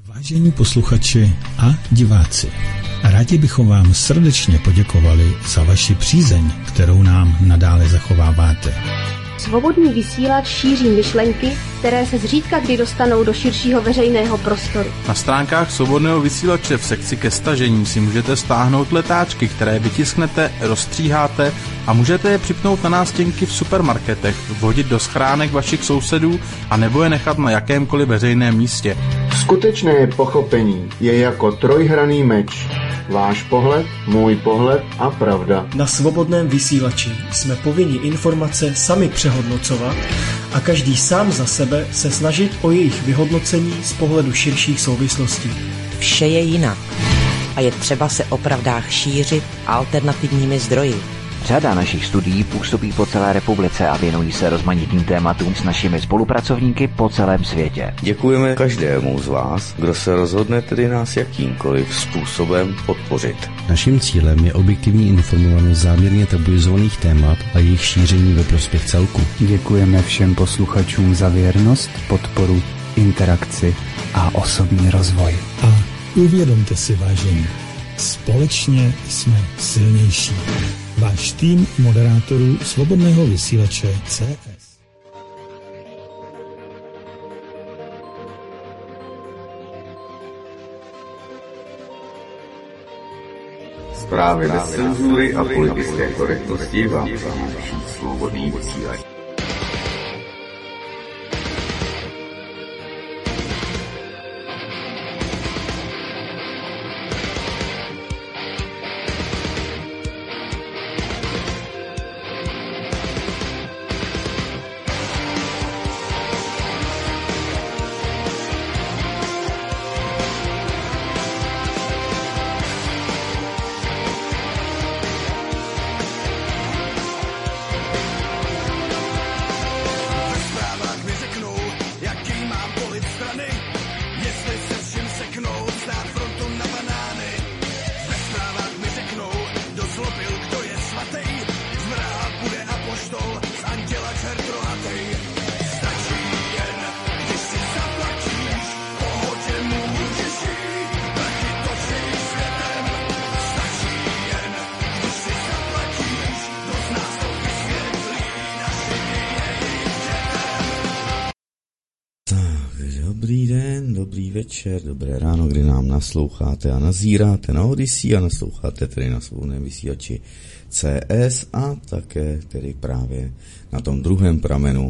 Vážení posluchači a diváci, rádi bychom vám srdečně poděkovali za vaši přízeň, kterou nám nadále zachováváte. Svobodný vysílač šíří myšlenky, které se zřídka kdy dostanou do širšího veřejného prostoru. Na stránkách Svobodného vysílače v sekci ke stažení si můžete stáhnout letáčky, které vytisknete, rozstříháte a můžete je připnout na nástěnky v supermarketech, vhodit do schránek vašich sousedů a nebo je nechat na jakémkoliv veřejném místě. Skutečné pochopení je jako trojhranný meč. Váš pohled, můj pohled a pravda. Na Svobodném vysílači jsme povinni informace sami přehodnocovat a každý sám za sebe se snažit o jejich vyhodnocení z pohledu širších souvislostí. Vše je jinak a je třeba se o pravdách šířit alternativními zdroji. Řada našich studií působí po celé republice a věnují se rozmanitým tématům s našimi spolupracovníky po celém světě. Děkujeme každému z vás, kdo se rozhodne tedy nás jakýmkoliv způsobem podpořit. Naším cílem je objektivní informovanost záměrně tabuizovaných témat a jejich šíření ve prospěch celku. Děkujeme všem posluchačům za věrnost, podporu, interakci a osobní rozvoj. A uvědomte si, vážení, společně jsme silnější. Váš tým moderátorů Svobodného vysílače CS. Zprávy bez cenzury a politické korektnosti vám přináší Svobodný vysílač. Dobrý den, dobrý večer, dobré ráno, kdy nám nasloucháte a nazíráte na Odyssey a nasloucháte tedy na Svobodném vysílači CS a také tedy právě na tom druhém pramenu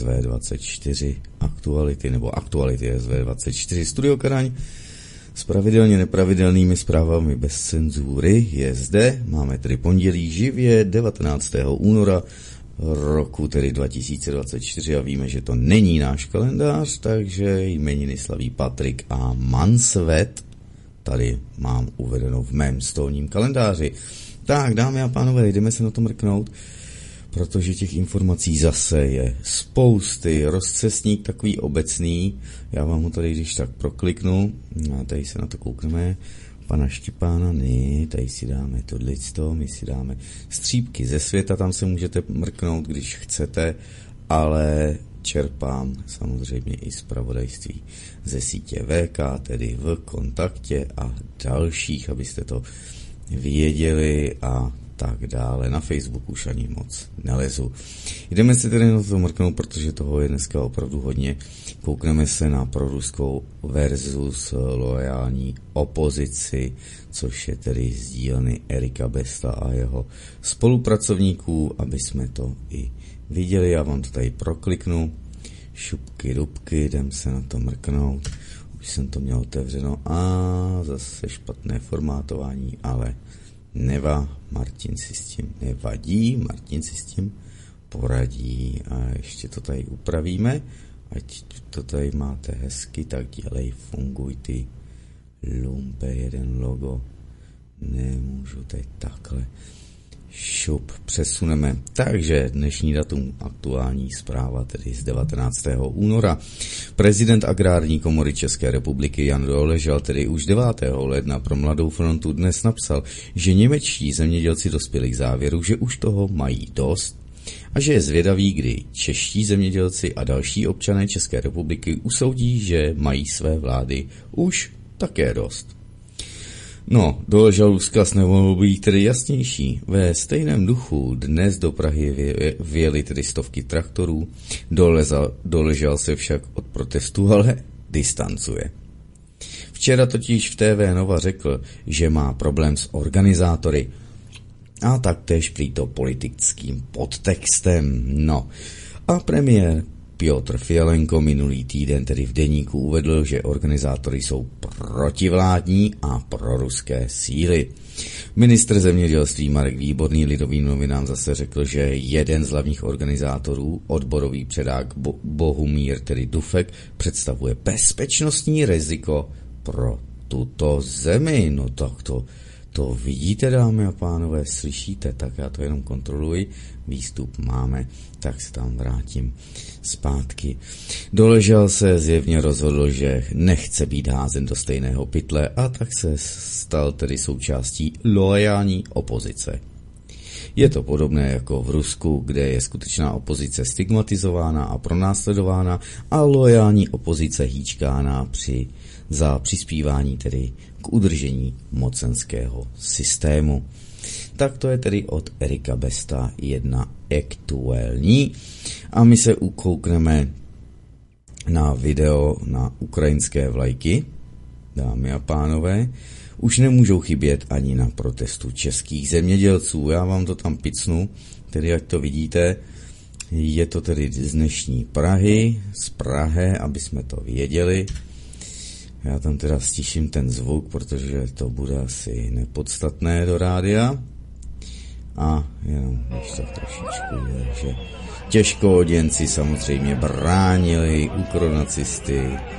SV24 aktuality nebo aktuality SV24 Studio Karaň s pravidelně nepravidelnými zprávami bez cenzury je zde. Máme tedy pondělí živě 19. února roku tedy 2024 a víme, že to není náš kalendář, takže jmeniny slaví Patrik a Mansvet. Tady mám uvedeno v mém stolním kalendáři. Tak, dámy a pánové, jdeme se na to mrknout, protože těch informací zase je spousty. Rozcestník takový obecný, já vám ho tady když tak prokliknu, a tady se na to koukneme. Pana Štipána, ne, tady si dáme tohleto, my si dáme střípky ze světa, tam se můžete mrknout, když chcete, ale čerpám samozřejmě i zpravodajství ze sítě VK, tedy v Kontaktě a dalších, abyste to věděli a tak dále. Na Facebook už ani moc nelezu. Jdeme se tedy na to mrknout, protože toho je dneska opravdu hodně. Koukneme se na proruskou versus loajální opozici, což je tedy z dílny Erika Besta a jeho spolupracovníků, aby jsme to i viděli. Já vám to tady prokliknu. Šupky, dubky, jdem se na to mrknout. Už jsem to měl otevřeno a zase špatné formátování, ale Martin si s tím nevadí, Martin si s tím poradí a ještě to tady upravíme, ať to tady máte hezky, tak dělej, funguj ty lumpe, jeden logo, nemůžu teď takhle, šup, přesuneme. Takže dnešní datum, aktuální zpráva, tedy z 19. února. Prezident Agrární komory České republiky Jan Doležal tedy už 9. ledna pro Mladou frontu dnes napsal, že němečtí zemědělci dospěli k závěru, že už toho mají dost a že je zvědavý, kdy čeští zemědělci a další občané České republiky usoudí, že mají své vlády už také dost. No, doložal vzkaz nemohl být tedy jasnější. Ve stejném duchu dnes do Prahy vjeli tedy stovky traktorů, doležal se však od protestu, ale distancuje. Včera totiž v TV Nova řekl, že má problém s organizátory a taktéž prý to politickým podtextem. No a premiér Piotr Fialenko minulý týden tedy v deníku uvedl, že organizátory jsou protivládní a proruské síly. Ministr zemědělství Marek Výborný Lidovým novinám zase řekl, že jeden z hlavních organizátorů, odborový předák Bohumír, tedy Dufek, představuje bezpečnostní riziko pro tuto zemi. No tak to vidíte, dámy a pánové, slyšíte, tak já to jenom kontroluji, výstup máme, tak se tam vrátím zpátky. Doležal se zjevně rozhodl, že nechce být házen do stejného pytle a tak se stal tedy součástí loajální opozice. Je to podobné jako v Rusku, kde je skutečná opozice stigmatizována a pronásledována a loajální opozice hýčkána za přispívání tedy k udržení mocenského systému. Tak to je tedy od Erika Besta jedna aktuální. A my se ukoukneme na video na ukrajinské vlajky. Dámy a pánové, už nemůžou chybět ani na protestu českých zemědělců. Já vám to tam picnu, tedy jak to vidíte, je to tedy z dnešní Prahy, z Prahy, aby jsme to věděli. Já tam teda stiším ten zvuk, protože to bude asi nepodstatné do rádia. A jenom ještě trošičku, že těžkoděnci samozřejmě bránili ukronacisty.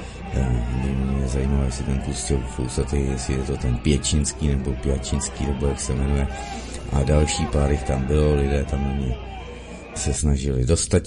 Mě zajímalo, jestli ten pustil Fousatý, jestli je to ten Pěčinský nebo Pěčinský, nebo jak se jmenuje. A další pár jich tam bylo, lidé tam na mě se snažili dostat,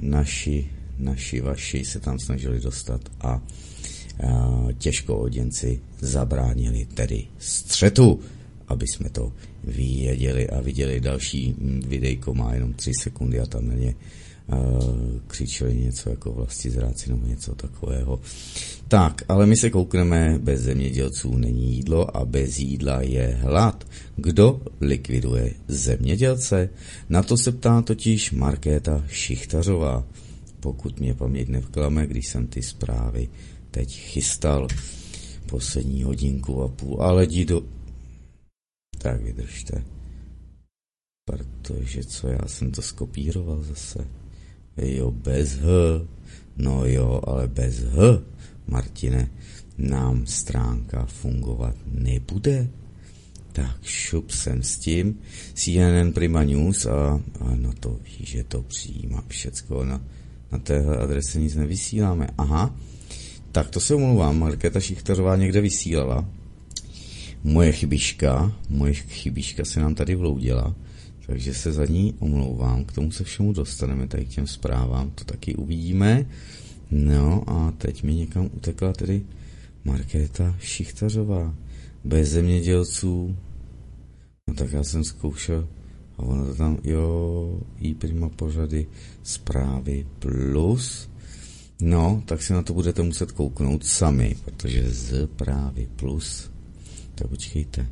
vaši se tam snažili dostat a těžkoděnci zabránili tedy střetu, aby jsme to věděli a viděli. Další videjko má jenom 3 sekundy a tam na ně křičeli něco jako vlastizráci nebo něco takového. Tak, ale my se koukneme, bez zemědělců není jídlo a bez jídla je hlad. Kdo likviduje zemědělce? Na to se ptá totiž Markéta Šichtařová. Pokud mě paměť nevklame, když jsem ty zprávy teď chystal poslední 1,5 hodiny, ale jdi do... Tak vydržte. Protože co, já jsem to skopíroval zase. Jo, bez H. No jo, ale bez H, Martine, nám stránka fungovat nebude. Tak šup sem s tím. CNN Prima News a no to víš, že to přijímá všecko. Na téhle adrese nic nevysíláme. Aha. Tak to se omlouvám, Markéta Šichtařová někde vysílala. Moje chybička se nám tady vloudila, takže se za ní omlouvám, k tomu se všemu dostaneme, tady k těm zprávám, to taky uvidíme. No a teď mi někam utekla tedy Markéta Šichtařová. Bez zemědělců, no tak já jsem zkoušel, a ono to tam, jo, i prima pořady, zprávy plus. No, tak si na to budete muset kouknout sami, protože zprávy plus, tak počkejte.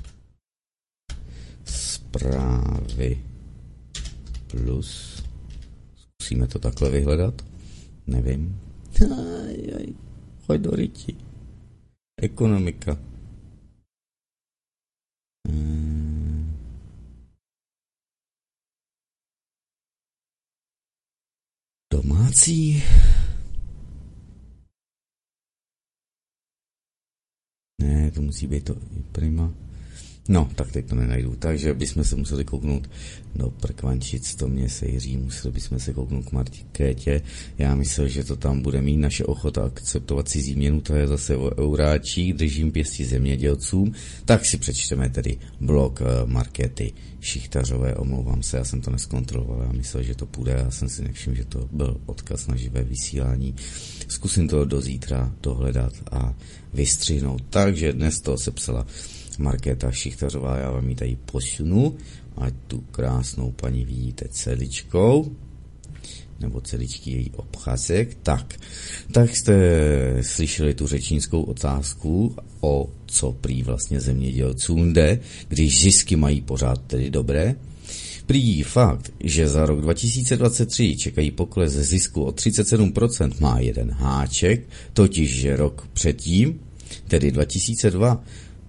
Zprávy plus. Zkusíme to takhle vyhledat? Nevím. Choď do ryti. Ekonomika. Domácí. Ne, to musí být to prima. No, tak teď to nenajdu. Takže bychom se museli kouknout do Prkvančic, to mě sejří, museli bychom se kouknout k Markétě. Já myslel, že to tam bude mít naše ochota akceptovat cizí měnu, to je zase o euráčích, držím pěstí zemědělcům. Tak si přečteme tedy blog Markéty Šichtařové, omlouvám se, já jsem to neskontroloval, já myslel, že to půjde, já jsem si nevšiml, že to byl odkaz na živé vysílání. Zkusím to do zítra dohledat a vystřihnout. Takže dnes to sepsala Markéta Šichtařová, já vám ji tady posunu, ať tu krásnou paní vidíte celičkou, nebo celičky její obcházek. Tak jste slyšeli tu řečnickou otázku, o co prý vlastně zemědělcům jde, když zisky mají pořád tedy dobré. Prý fakt, že za rok 2023 čekají pokles zisku o 37%, má jeden háček, totiž že rok předtím, tedy 2022,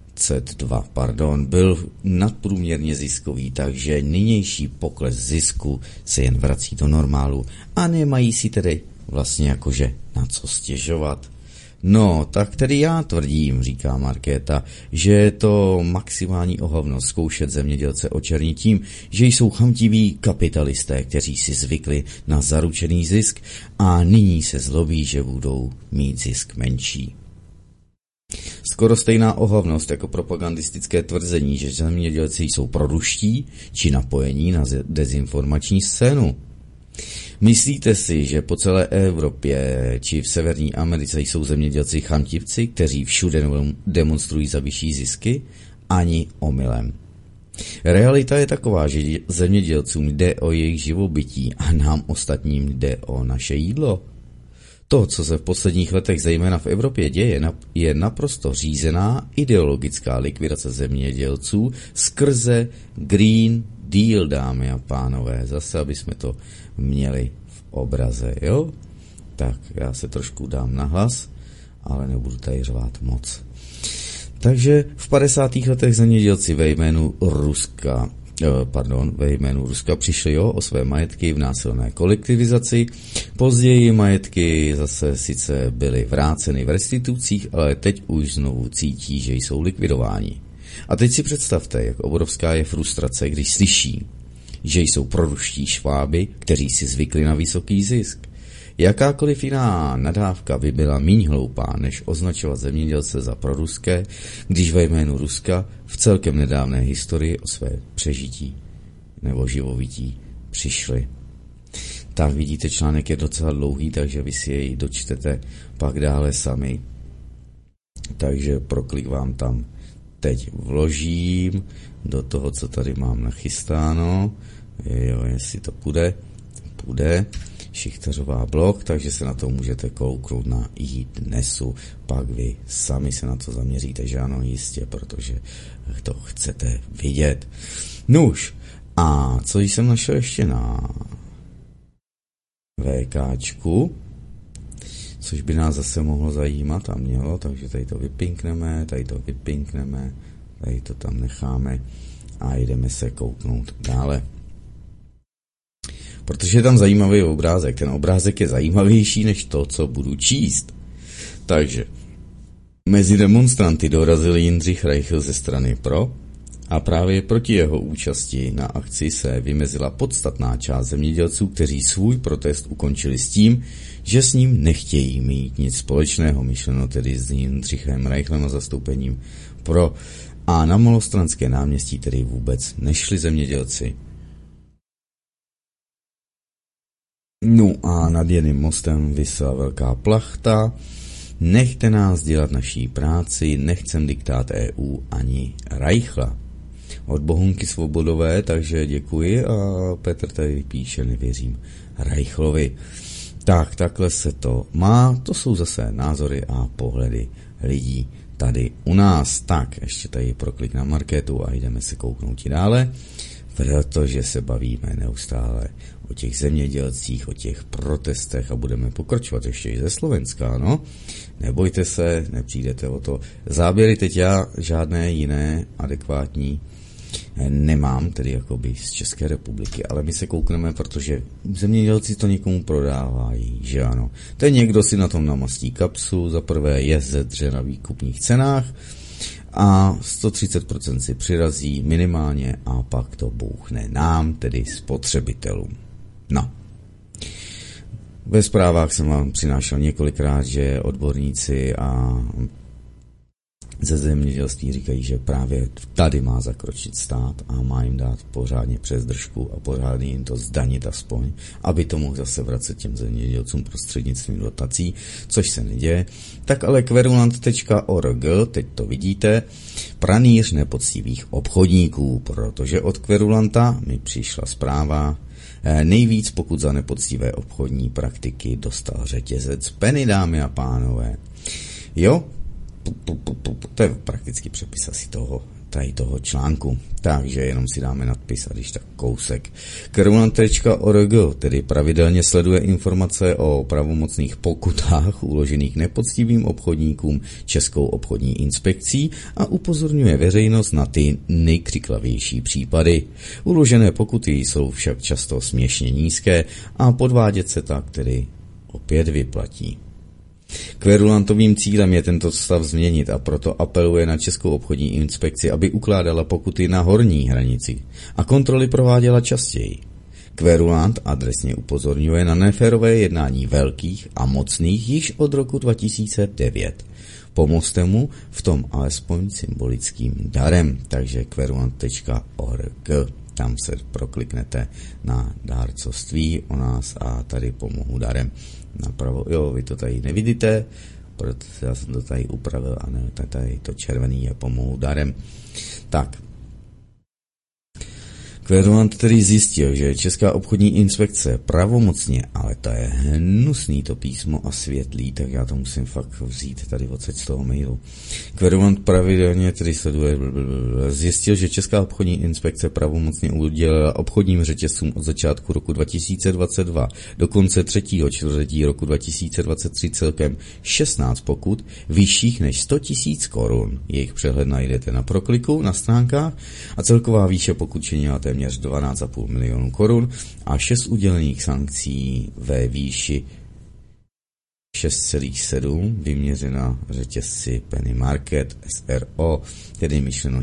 byl nadprůměrně ziskový, takže nynější pokles zisku se jen vrací do normálu a nemají si tedy vlastně jakože na co stěžovat. No, tak tedy já tvrdím, říká Markéta, že je to maximální ohavnost zkoušet zemědělce očernit tím, že jsou chamtiví kapitalisté, kteří si zvykli na zaručený zisk a nyní se zlobí, že budou mít zisk menší. Skoro stejná ohavnost jako propagandistické tvrzení, že zemědělci jsou produští či napojení na dezinformační scénu. Myslíte si, že po celé Evropě či v Severní Americe jsou zemědělci chamtivci, kteří všude demonstrují za vyšší zisky? Ani omylem. Realita je taková, že zemědělcům jde o jejich živobytí a nám ostatním jde o naše jídlo. To, co se v posledních letech zejména v Evropě děje, je naprosto řízená ideologická likvidace zemědělců skrze Green Deal, dámy a pánové. Zase, aby jsme to měli v obraze, jo? Tak, já se trošku dám nahlas, ale nebudu tady řvát moc. Takže v 50. letech zemědělci ve jménu Ruska přišli o své majetky v násilné kolektivizaci. Později majetky zase sice byly vráceny v restitucích, ale teď už znovu cítí, že jsou likvidováni. A teď si představte, jak obrovská je frustrace, když slyší, že jsou proruští šváby, kteří si zvykli na vysoký zisk. Jakákoliv jiná nadávka by byla míň hloupá, než označovat zemědělce za proruské, když ve jménu Ruska v celkem nedávné historii o své přežití nebo živobytí přišli. Tak vidíte, článek je docela dlouhý, takže vy si jej dočtete pak dále sami. Takže proklik vám tam teď vložím do toho, co tady mám nachystáno. Jo, jestli to půjde. Šichtařová blog, takže se na to můžete kouknout na iDnesu, pak vy sami se na to zaměříte, že ano, jistě, protože to chcete vidět. Nuž, a co jsem našel ještě na VKčku, což by nás zase mohlo zajímat a mělo, takže tady to vypinkneme, tady to tam necháme a jdeme se kouknout dále. Protože je tam zajímavý obrázek. Ten obrázek je zajímavější než to, co budu číst. Takže mezi demonstranty dorazil Jindřich Reichl ze strany Pro a právě proti jeho účasti na akci se vymezila podstatná část zemědělců, kteří svůj protest ukončili s tím, že s ním nechtějí mít nic společného, myšleno tedy s Jindřichem Reichlem a zastoupením Pro. A na Malostranské náměstí tedy vůbec nešli zemědělci. No a nad jedným mostem visela velká plachta. Nechte nás dělat naší práci, nechcem diktát EU ani Reichla. Od Bohunky Svobodové, takže děkuji a Petr tady píše, nevěřím Reichlovi. Tak, takhle se to má, to jsou zase názory a pohledy lidí tady u nás. Tak, ještě tady proklik na Markétu a jdeme se kouknout i dále, protože se bavíme neustále o těch zemědělcích, o těch protestech a budeme pokračovat ještě i ze Slovenska, no. Nebojte se, nepřijdete o to. Záběry teď já žádné jiné adekvátní nemám, tedy jakoby z České republiky, ale my se koukneme, protože zemědělci to někomu prodávají, že ano. Ten někdo si na tom namastí kapsu, za prvé je zedře na výkupních cenách a 130% si přirazí minimálně a pak to bouchne nám, tedy spotřebitelům. No. Ve zprávách jsem vám přinášel několikrát, že odborníci a ze zemědělství říkají, že právě tady má zakročit stát a má jim dát pořádně přes držku a pořádně jim to zdanit aspoň, aby to mohl zase vracet těm zemědělcům prostřednictvím dotací, což se neděje. Tak ale Querulant.org, teď to vidíte, pranýř nepoctivých obchodníků, protože od Querulanta mi přišla zpráva, nejvíc pokud za nepoctivé obchodní praktiky dostal řetězec Penny, dámy a pánové. Jo, to je prakticky přepis asi toho článku. Takže jenom si dáme nadpis a když tak kousek. Querulant.org tedy pravidelně sleduje informace o pravomocných pokutách uložených nepoctivým obchodníkům Českou obchodní inspekcí a upozorňuje veřejnost na ty nejkřiklavější případy. Uložené pokuty jsou však často směšně nízké a podvádět se tak tedy opět vyplatí. Querulantovým cílem je tento stav změnit a proto apeluje na Českou obchodní inspekci, aby ukládala pokuty na horní hranici a kontroly prováděla častěji. Querulant adresně upozorňuje na neférové jednání velkých a mocných již od roku 2009. Pomozte mu v tom alespoň symbolickým darem, takže Querulant.org. Tam se prokliknete na dárcovství o nás a tady pomohu darem. Napravo, jo, vy to tady nevidíte, protože já jsem to tady upravil a ne, tady to červený je pomohu darem. Tak. Querulant tedy zjistil, že Česká obchodní inspekce pravomocně, ale to je hnusný to písmo a světlý, tak já to musím fakt vzít tady odsaď z toho mailu. Querulant pravidelně tedy zjistil, že Česká obchodní inspekce pravomocně udělala obchodním řetězcům od začátku roku 2022 do konce 3. čtvrtletí roku 2023 celkem 16 pokut vyšších než 100 000 korun. Jejich přehled najdete na prokliku na stránkách a celková výše pokut činila téměř 12,5 milionů korun a 6 udělených sankcí ve výši 6,7 vyměřena řetězci Penny Market SRO, tedy myšleno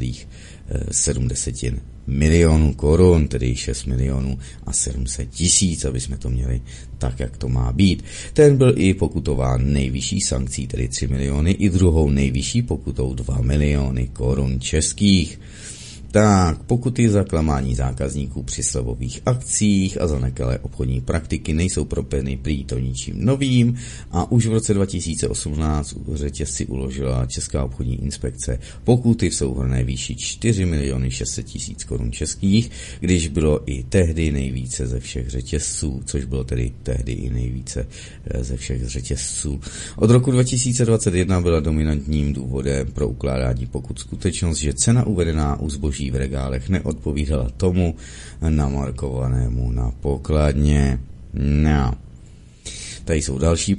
6,7 milionů korun, tedy 6 milionů a 700 000, aby jsme to měli tak, jak to má být. Ten byl i pokutován nejvyšší sankcí, tedy 3 miliony, i druhou nejvyšší pokutou 2 miliony korun českých. Tak, pokuty za klamání zákazníků při slevových akcích a za nekalé obchodní praktiky nejsou pro Penny prý to ničím novým a už v roce 2018 řetězci uložila Česká obchodní inspekce pokuty v souhrnné výši 4 600 000 korun českých, když bylo i tehdy nejvíce ze všech řetězců, což bylo tedy tehdy i nejvíce ze všech řetězců. Od roku 2021 byla dominantním důvodem pro ukládání pokut skutečnost, že cena uvedená u zboží v regálech neodpovídala tomu namarkovanému na pokladně. No. Tady jsou další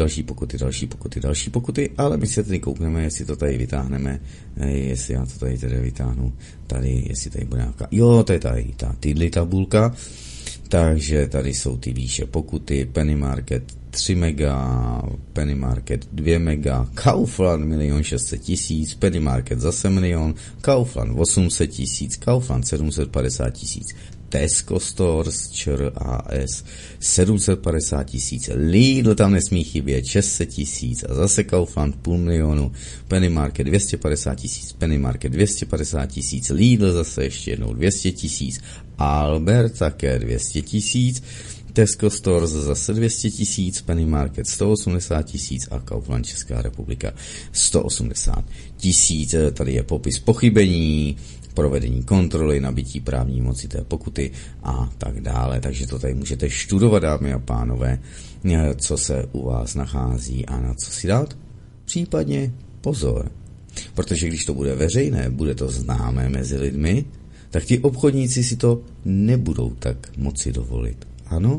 pokuty, ale my se tady koukneme, jestli to tady vytáhneme, jestli já to tady tedy vytáhnu, tady, jestli tady bude nějaká, jo, to je tady ta tabulka, takže tady jsou ty výše pokuty, Penny Market 3 mega, Penny Market 2 mega, Kaufland 1 600 000, Penny Market zase 1 milion, Kaufland 800 000, Kaufland 750 000, Tesco Stores, ČRAS 750 000, Lidl tam nesmí chybět 600 000 a zase Kaufland 500 000, Penny Market 250 000, Penny Market 250 000, Lidl zase ještě jednou 200 000, Albert také 200 000, Tesco Stores zase 200 000, Penny Market 180 000 a Kaufland Česká republika 180 000. Tady je popis pochybení, provedení kontroly, nabití právní moci té pokuty a tak dále. Takže to tady můžete studovat, dámy a pánové, co se u vás nachází a na co si dát. Případně pozor, protože když to bude veřejné, bude to známé mezi lidmi, tak ti obchodníci si to nebudou tak moci dovolit. Ano?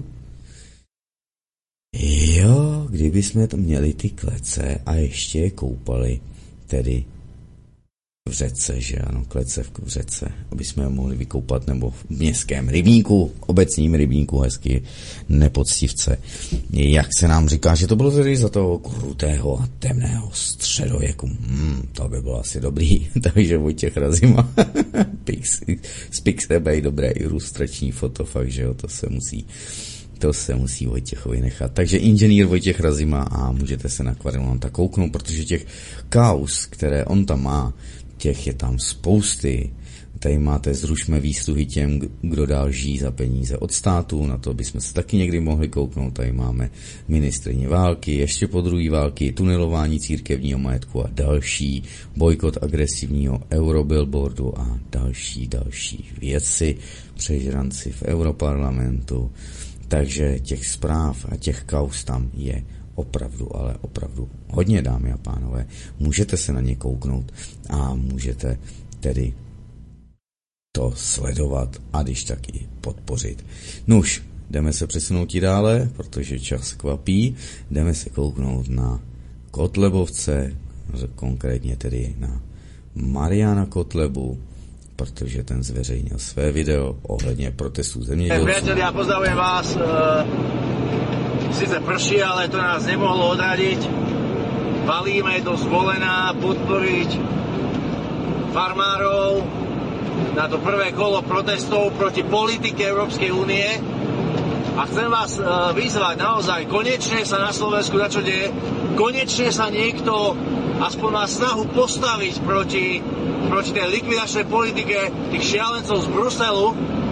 Jo, kdyby jsme tam měli ty klece a ještě je koupali, tedy v řece, že ano, klece v řece, aby jsme je mohli vykoupat, nebo v městském rybníku, obecním rybníku, hezky nepoctivce. Jak se nám říká, že to bylo tedy za toho krutého a temného středověku. To by bylo asi dobrý, takže Vojtěch Razima z Pixabay, dobré ilustrační foto, fakt, že jo, to se musí To se musí Vojtěchovi nechat. Takže inženýr Vojtěch Razima a můžete se na Kvarilanta kouknout, protože těch kauz, které on tam má, těch je tam spousty. Tady máte zrušme výsluhy těm, kdo dál žijí za peníze od státu, na to bychom se taky někdy mohli kouknout. Tady máme ministryně války, ještě po druhé války, tunelování církevního majetku a další, bojkot agresivního eurobillboardu a další věci, přežranci v Europarlamentu. Takže těch zpráv a těch kauz tam je opravdu, ale opravdu hodně, dámy a pánové. Můžete se na ně kouknout a můžete tedy to sledovat a když tak i podpořit. Nuž, jdeme se přesunout i dále, protože čas kvapí. Jdeme se kouknout na Kotlebovce, konkrétně tedy na Mariana Kotlebu, protože ten zveřejnil své video ohledně protestů zemědělců. Priatelia, pozdravujem vás. Sice prší, ale to nás nemohlo odradiť. Valíme do Zvolená podporiť farmárov na to prvé kolo protestov proti politike Európskej únie. A chcem vás vyzvať naozaj, konečne sa na Slovensku na čo deje, konečne sa niekto aspoň má snahu postaviť proti tej likvidačnej politike tých šialencov z Bruselu.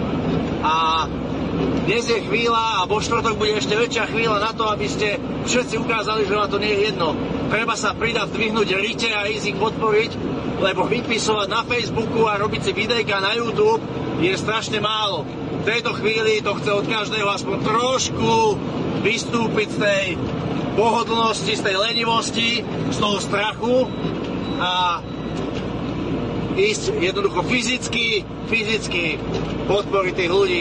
A dnes je chvíľa a vo štvrtok bude ešte väčšia chvíľa na to, aby ste všetci ukázali, že vám to nie je jedno. Treba sa pridať, dvihnúť rite a ísť ich podporiť, lebo vypisovať na Facebooku a robiť si videjka na YouTube je strašne málo. V tejto chvíli to chce od každého aspoň trošku vystúpiť z tej pohodlnosti, z tej lenivosti, z toho strachu a ísť jednoducho fyzicky podporiť tých ľudí.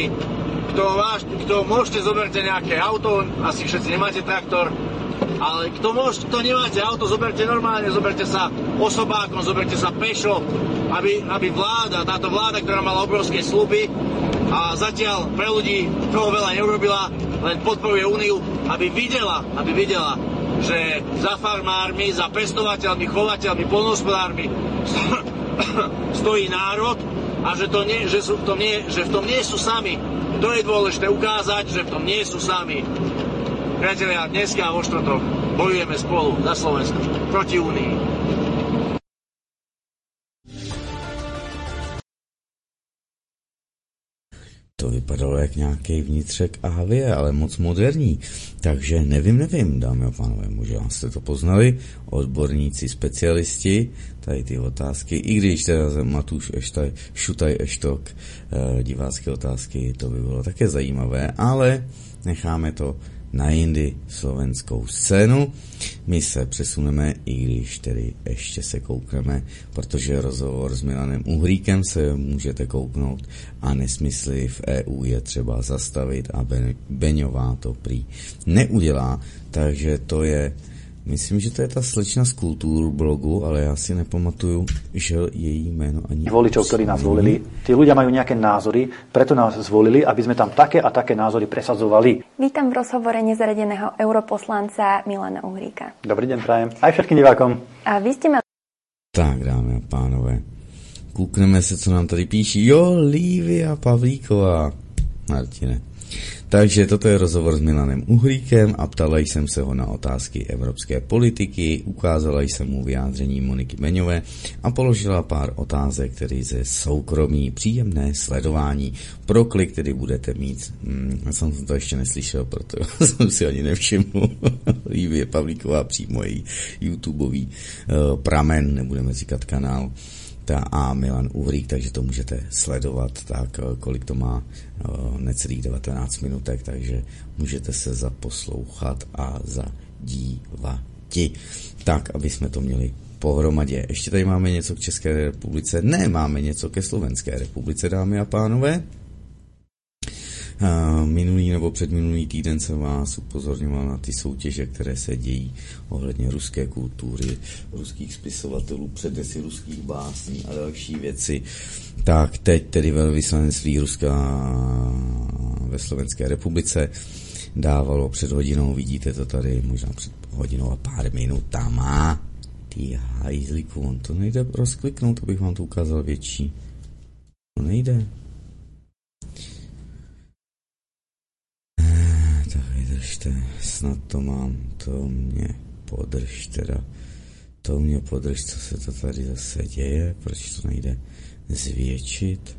Kto môžete, zoberte nejaké auto, asi všetci nemáte traktor, ale kto nemáte auto, zoberte normálne, zoberte sa osobákom, zoberte sa pešo, aby táto vláda, ktorá mala obrovské sľuby a zatiaľ pre ľudí toho veľa neurobila, len podporuje Úniu, aby videla, že za farmármi, za pestovateľmi, chovateľmi, poľnohospodármi stojí národ a že v tom nie sú sami. To je dôležité ukázať, že v tom nie sú sami. Priatelia, dneska vo štvrtok bojujeme spolu za Slovensko proti Únii. To vypadalo jak nějaký vnitřek Avie, ale moc moderní. Takže nevím, dámy a pánové, možná jste to poznali, odborníci, specialisti, tady ty otázky, i když teda Matuš Šutaj Eštok, divácké otázky, to by bylo také zajímavé, ale necháme to na jindy slovenskou scénu. My se přesuneme, i když tedy ještě se koukneme, protože rozhovor s Milanem Uhríkem se můžete kouknout a nesmysly v EU je třeba zastavit a Beňová to prý neudělá. Takže to je, myslím, že to je ta slečna z Kultúrblogu, ale ja si nepamatuju, že její jméno ani... Voličov, ktorí nás volili, tí ľudia majú nejaké názory, preto nás zvolili, aby sme tam také a také názory presadzovali. Vítam v rozhovore nezaradeného europoslanca Milana Uhríka. Dobrý deň, prajem. Aj všetkým divákom. A vy ste mali... Tak, dámy a pánové, koukneme se, co nám tady píší. Jo, Lívia Pavlíková. Martine. Takže toto je rozhovor s Milanem Uhríkem a ptala jsem se ho na otázky evropské politiky, ukázala jsem mu vyjádření Moniky Beňové a položila pár otázek, které ze soukromí, příjemné sledování. Pro klik, který budete mít, já jsem to ještě neslyšel, proto jsem si ani nevšiml. Lívie Pavlíková, přímo její YouTubeový pramen, nebudeme říkat kanál. A Milan Uhrík, takže to můžete sledovat, tak kolik to má, necelých 19 minutek, takže můžete se zaposlouchat a zadívati. Tak, aby jsme to měli pohromadě. Ještě tady máme něco k České republice, ne, máme něco ke Slovenské republice, dámy a pánové. Minulý nebo předminulý týden jsem vás upozorňoval na ty soutěže, které se dějí ohledně ruské kultury, ruských spisovatelů, přednesy ruských básní a další věci. Tak teď tedy velvyslanectví Ruska ve Slovenské republice dávalo před hodinou, vidíte to tady, možná před hodinou a pár minutama. Ty hajzlíku, on to nejde rozkliknout, abych vám to ukázal větší. To nejde. Počkejte, snad to mám, to mě podrž, co se to tady zase děje, proč to nejde zvětšit.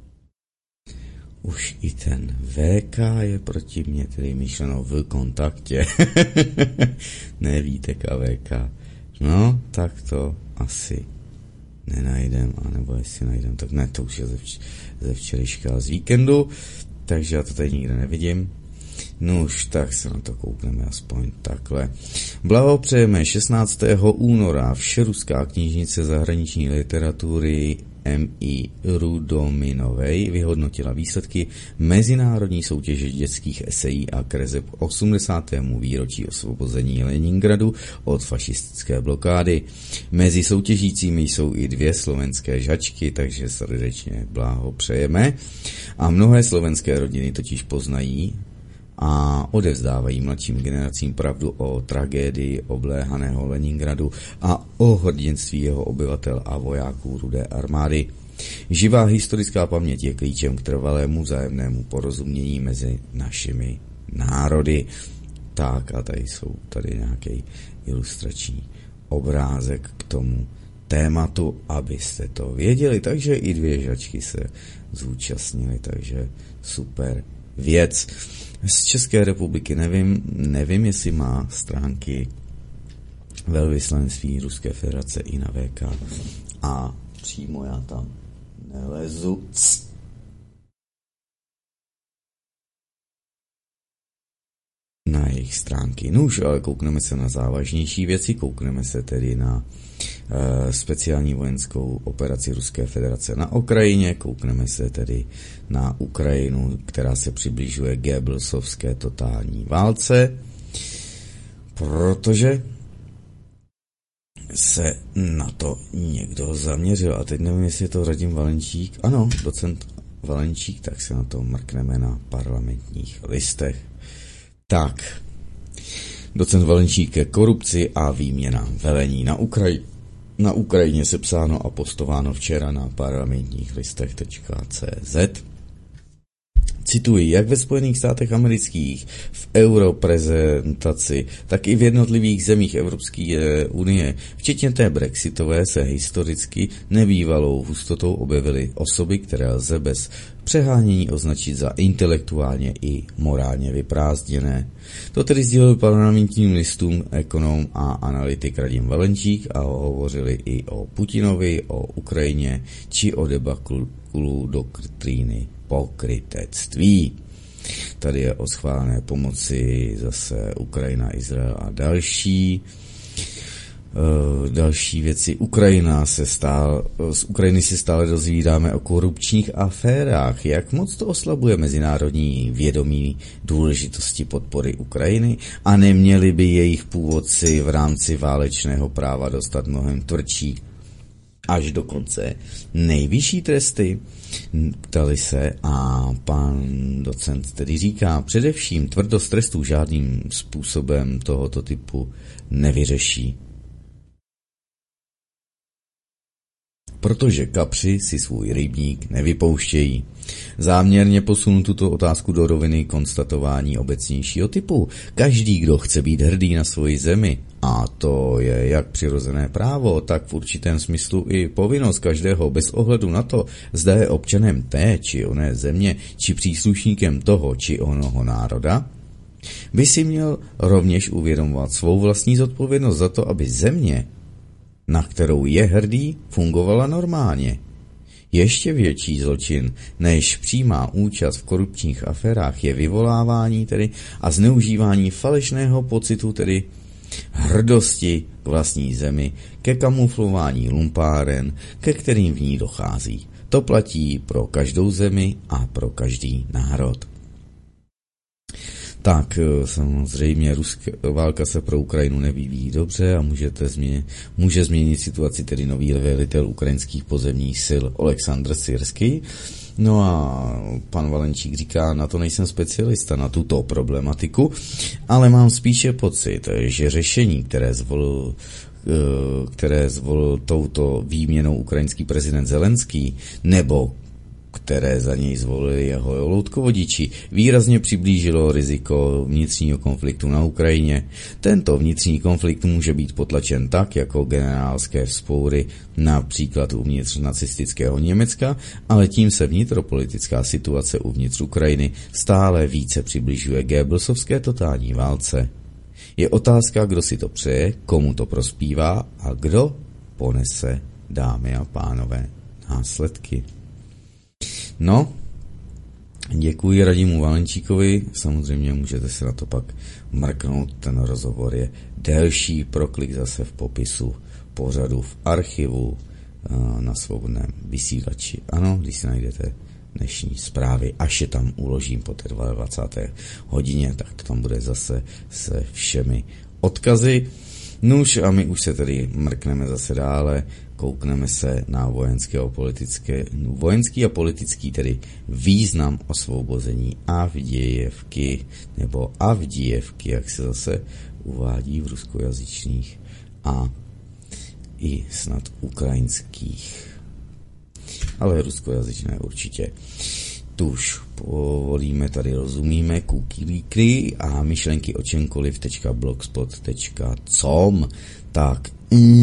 Už i ten VK je proti mně, tedy myšleno v kontaktě. Ne Vítek a VK. No, tak to asi nenajdem, anebo jestli najdem, tak ne, to už je ze včerejška z víkendu, takže já to tady nikde nevidím. No už tak se na to koukneme aspoň takhle. Blahopřejeme 16. února Všeruská knižnice zahraniční literatury M.I. Rudominovej vyhodnotila výsledky mezinárodní soutěže dětských esejí a kreseb k 80. výročí osvobození Leningradu od fašistické blokády. Mezi soutěžícími jsou i 2 slovenské žačky, takže srdečně blahopřejeme. A mnohé slovenské rodiny totiž poznají a odevzdávají mladším generacím pravdu o tragédii obléhaného Leningradu a o hrdinství jeho obyvatel a vojáků Rudé armády. Živá historická paměť je klíčem k trvalému vzájemnému porozumění mezi našimi národy. Tak a tady nějaký ilustrační obrázek k tomu tématu, abyste to věděli. Takže i 2 žačky se zúčastnily, takže super věc. Z České republiky nevím, jestli má stránky velvyslanectví Ruské federace i na VK a přímo já tam nelezu. Na jejich stránky. No už, ale koukneme se na závažnější věci, koukneme se tedy na speciální vojenskou operaci Ruské federace na Ukrajině, koukneme se tedy na Ukrajinu, která se přibližuje Goebbelsovské totální válce, protože se na to někdo zaměřil. A teď nevím, jestli je to Radim Valenčík. Ano, docent Valenčík, tak se na to mrkneme na Parlamentních listech. Tak, docent Valenčík ke korupci a výměna velení na Ukrajině sepsáno a postováno včera na parlamentních listech.cz. Cituji, jak ve Spojených státech amerických, v europrezentaci, tak i v jednotlivých zemích Evropské unie, včetně té brexitové, se historicky nebývalou hustotou objevily osoby, které lze bez přehánění označit za intelektuálně i morálně vyprázdněné. To tedy sdělil parlamentním listům ekonom a analytik Radim Valenčík a hovořili i o Putinovi, o Ukrajině či o debaklu doktríny pokrytectví. Tady je o schválené pomoci zase Ukrajina, Izrael a další věci. Z Ukrajiny se stále dozvídáme o korupčních aférách. Jak moc to oslabuje mezinárodní vědomí důležitosti podpory Ukrajiny a neměli by jejich původci v rámci válečného práva dostat mnohem tvrdší až dokonce nejvyšší tresty? Ptali se a pan docent tedy říká, především tvrdost trestů žádným způsobem tohoto typu nevyřeší. Protože kapři si svůj rybník nevypouštějí. Záměrně posunu tuto otázku do roviny konstatování obecnějšího typu. Každý, kdo chce být hrdý na svoji zemi, a to je jak přirozené právo, tak v určitém smyslu i povinnost každého bez ohledu na to, zda je občanem té či oné země, či příslušníkem toho či onoho národa, by si měl rovněž uvědomovat svou vlastní zodpovědnost za to, aby země, na kterou je hrdý, fungovala normálně. Ještě větší zločin než přímá účast v korupčních aférách je vyvolávání tedy a zneužívání falešného pocitu tedy hrdosti k vlastní zemi ke kamuflování lumpáren, ke kterým v ní dochází. To platí pro každou zemi a pro každý národ. Tak samozřejmě válka se pro Ukrajinu nevyvíjí dobře a může změnit situaci tedy nový velitel ukrajinských pozemních sil Oleksandr Syrský. No a pan Valenčík říká, na to nejsem specialista, na tuto problematiku, ale mám spíše pocit, že řešení, které zvolil touto výměnou ukrajinský prezident Zelenský, nebo které za něj zvolili jeho loutkovodiči, výrazně přiblížilo riziko vnitřního konfliktu na Ukrajině. Tento vnitřní konflikt může být potlačen tak, jako generálské vzpoury například uvnitř nacistického Německa, ale tím se vnitropolitická situace uvnitř Ukrajiny stále více přibližuje Goebbelsovské totální válce. Je otázka, kdo si to přeje, komu to prospívá a kdo ponese, dámy a pánové, následky. No, děkuji Radimu Valenčíkovi, samozřejmě můžete se na to pak mrknout, ten rozhovor je delší, pro klik zase v popisu pořadu v archivu na Svobodném vysílači. Ano, když si najdete dnešní zprávy, až je tam uložím po té 22. hodině, tak to tam bude zase se všemi odkazy. Nuž a my už se tedy mrkneme zase dále, koukneme se na vojenský a politický tedy význam osvobození Avdějevky, nebo Avdijevky, jak se zase uvádí v ruskojazyčných a i snad ukrajinských, ale ruskojazyčné určitě. Tuž povolíme, tady rozumíme, kukilíkry a myšlenky o čemkoliv.blogspot.com. Tak,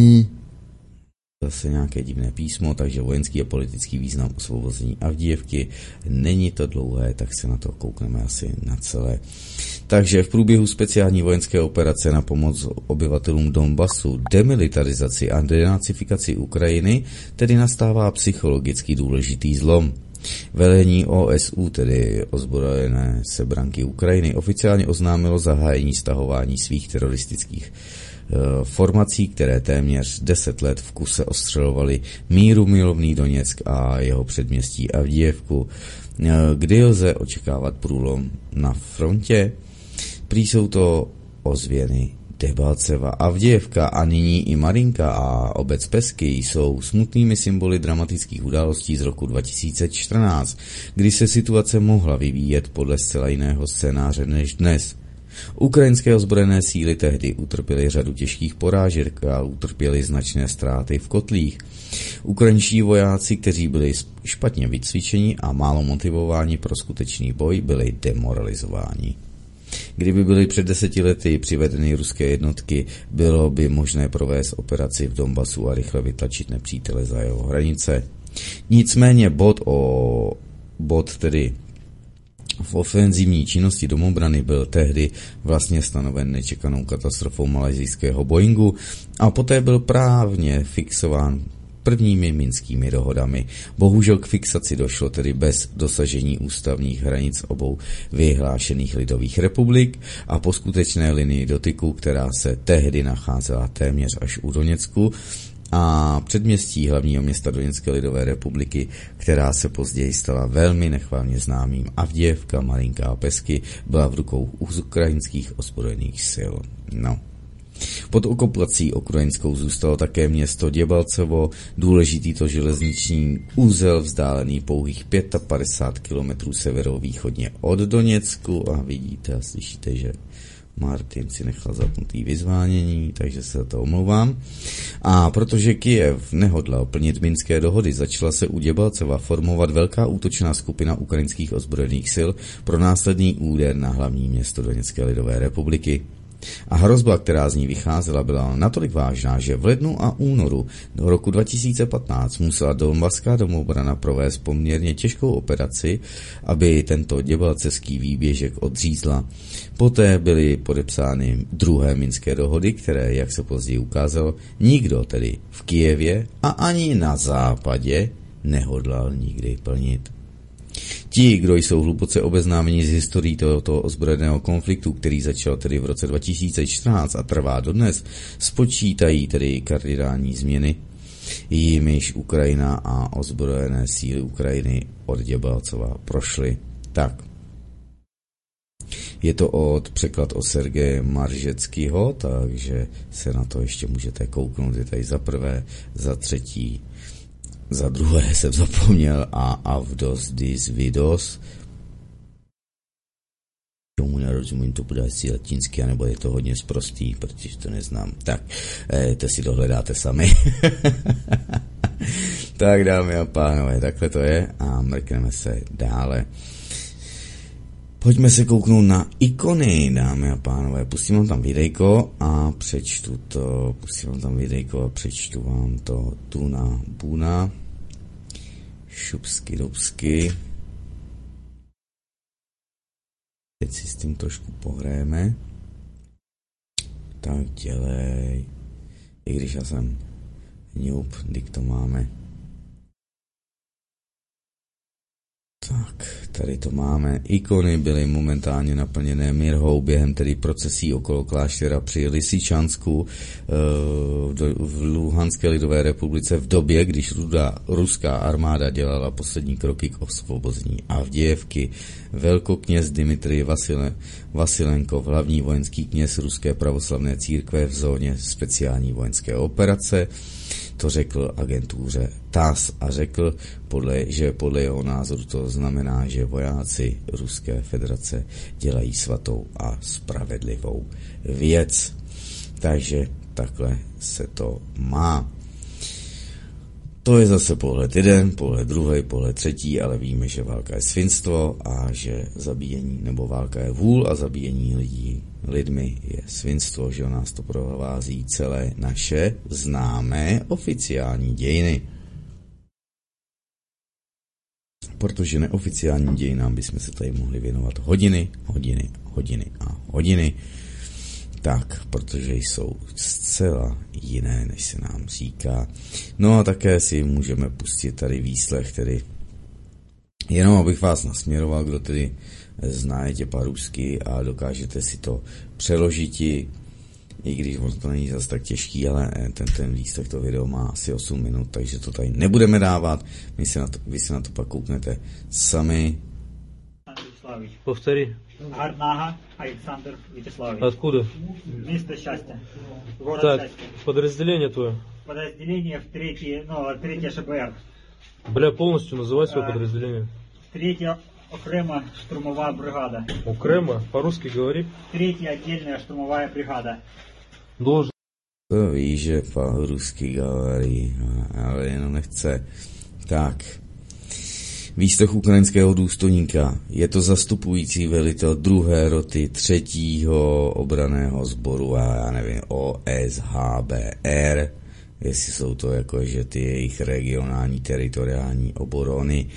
zase nějaké divné písmo, takže vojenský a politický význam osvobození Avdijevky. Není to dlouhé, tak se na to koukneme asi na celé. Takže v průběhu speciální vojenské operace na pomoc obyvatelům Donbasu, demilitarizaci a denacifikaci Ukrajiny, tedy nastává psychologicky důležitý zlom. Velení OSU, tedy ozbrojené sebranky Ukrajiny, oficiálně oznámilo zahájení stahování svých teroristických formací, které téměř 10 let v kuse ostřelovaly mírumilovný Doněck a jeho předměstí Avdijevku. Kdy lze očekávat průlom na frontě? Prý jsou to ozvěny Debalceva. Avdijevka a nyní i Marinka a obec Pesky jsou smutnými symboly dramatických událostí z roku 2014, kdy se situace mohla vyvíjet podle zcela jiného scénáře než dnes. Ukrajinské ozbrojené síly tehdy utrpěly řadu těžkých porážek a utrpěly značné ztráty v kotlích. Ukrajinští vojáci, kteří byli špatně vycvičeni a málo motivováni pro skutečný boj, byli demoralizováni. Kdyby byly před 10 lety přivedeny ruské jednotky, bylo by možné provést operaci v Donbasu a rychle vytlačit nepřítele za jeho hranice. Nicméně bod tedy v ofenzivní činnosti domobrany byl tehdy vlastně stanoven nečekanou katastrofou malajzijského Boeingu a poté byl právně fixován prvními minskými dohodami. Bohužel k fixaci došlo tedy bez dosažení ústavních hranic obou vyhlášených lidových republik a po skutečné linii dotyku, která se tehdy nacházela téměř až u Doněcku a předměstí hlavního města Doněcké lidové republiky, která se později stala velmi nechvalně známým Avdijevka, Marinka a Pesky, byla v rukou ukrajinských ozbrojených sil. No. Pod okupací ukrajinskou zůstalo také město Děbalcevo, důležitý to železniční úzel vzdálený pouhých 55 km severovýchodně od Doněcku a vidíte a slyšíte, že Martin si nechal zapnutý vyzvánění, takže se za to omlouvám. A protože Kyjev nehodlal plnit minské dohody, začala se u Děbalceva formovat velká útočná skupina ukrajinských ozbrojených sil pro následný úder na hlavní město Doněcké lidové republiky. A hrozba, která z ní vycházela, byla natolik vážná, že v lednu a únoru do roku 2015 musela donbaská domobrana provést poměrně těžkou operaci, aby tento děbalcevský výběžek odřízla. Poté byly podepsány druhé minské dohody, které, jak se později ukázalo, nikdo tedy v Kyjevě a ani na západě nehodlal nikdy plnit. Ti, kdo jsou hluboce obeznámeni s historií tohoto ozbrojeného konfliktu, který začal tedy v roce 2014 a trvá dodnes, spočítají tedy kardinální změny, jimiž Ukrajina a ozbrojené síly Ukrajiny od Děbalcova prošly. Tak. Je to překlad od Sergeje Maržeckého, takže se na to ještě můžete kouknout. Je tady za prvé, za třetí, za druhé jsem zapomněl a Avdos dis vidos. Tomu nerozumím, to bude asi latinsky, anebo je to hodně sprostý, protože to neznám. Tak, to si dohledáte sami. Tak dámy a pánové, takhle to je a mrkneme se dále. Pojďme se kouknout na ikony, dámy a pánové. Pustím vám tam videjko a přečtu vám to Tuna Buna. Šupsky dubsky. Teď si s tím trošku pohrajeme. Tak dělej. I když já jsem noob, když to máme. Tak, tady to máme. Ikony byly momentálně naplněné mirhou během tedy procesí okolo kláštera při Lysyčansku v Luhanské lidové republice v době, když ruská armáda dělala poslední kroky k osvobození Avdějevky. Velkokněz Dmitrij Vasilenkov, hlavní vojenský kněz ruské pravoslavné církve v zóně speciální vojenské operace, to řekl agentuře TASS a řekl, že podle jeho názoru to znamená, že vojáci Ruské federace dělají svatou a spravedlivou věc. Takže takhle se to má. To je zase pohled jeden, pohled druhý, pohled třetí, ale víme, že válka je svinstvo a že zabíjení, nebo válka je vůl a zabíjení lidmi je svinstvo, že nás to provází celé naše známé oficiální dějiny. Protože neoficiálním dějinám bychom se tady mohli věnovat hodiny a hodiny. Tak, protože jsou zcela jiné, než se nám říká. No a také si můžeme pustit tady výslech, tedy jenom abych vás nasměroval, kdo tedy znáte parusky a dokážete si to přeložit, i když to není zase tak těžký, ale ten výslech, to video má asi 8 minut, takže to tady nebudeme dávat, vy se na to pak kouknete sami. Повтори. Гарнага Александр Вячеславович. Откуда? Место счастья. Город Так, счастья. подразделение твое. Подразделение в третье ШБР. Бля, полностью называй свое подразделение. Третья окрема штурмовая бригада. Окрема? По-русски говори. Третья отдельная штурмовая бригада. Должен. To ví, že po-rusky говорí, ale jenom nechce. Tak. Výslech ukrajinského důstojníka. Je to zastupující velitel 2. roty 3. obranného sboru a já nevím, OSHBR, jestli jsou to jakože ty jejich regionální teritoriální obrany.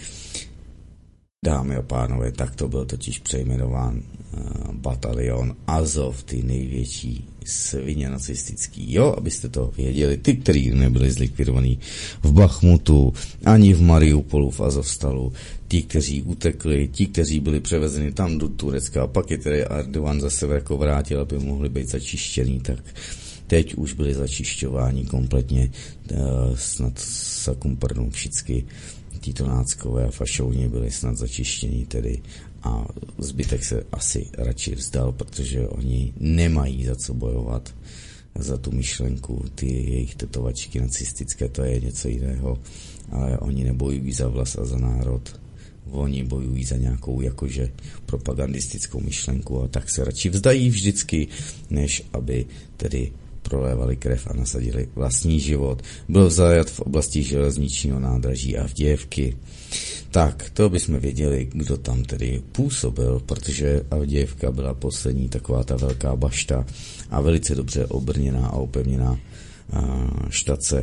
Dámy a pánové, tak to byl totiž přejmenován batalion Azov, ty největší svině nacistický. Jo, abyste to věděli, ty, kteří nebyli zlikvidovaní v Bachmutu, ani v Mariupolu, v Azovstalu, ti, kteří utekli, ti, kteří byli převezeni tam do Turecka, a pak je tedy Erdogan zase jako vrátil, aby mohli být začištěný, tak teď už byli začišťováni kompletně, snad sakumprdnou všichni títo náckové a fašouni byli snad začištění tedy a zbytek se asi radši vzdal, protože oni nemají za co bojovat za tu myšlenku, ty jejich tetovačky nacistické, to je něco jiného, ale oni nebojují za vlast a za národ, oni bojují za nějakou jakože propagandistickou myšlenku a tak se radši vzdají vždycky, než aby tedy prolévali krev a nasadili vlastní život. Byl zajat v oblasti železničního nádraží Avdějevky. Tak, to bychom věděli, kdo tam tedy působil, protože Avdějevka byla poslední taková ta velká bašta a velice dobře obrněná a opevněná štace,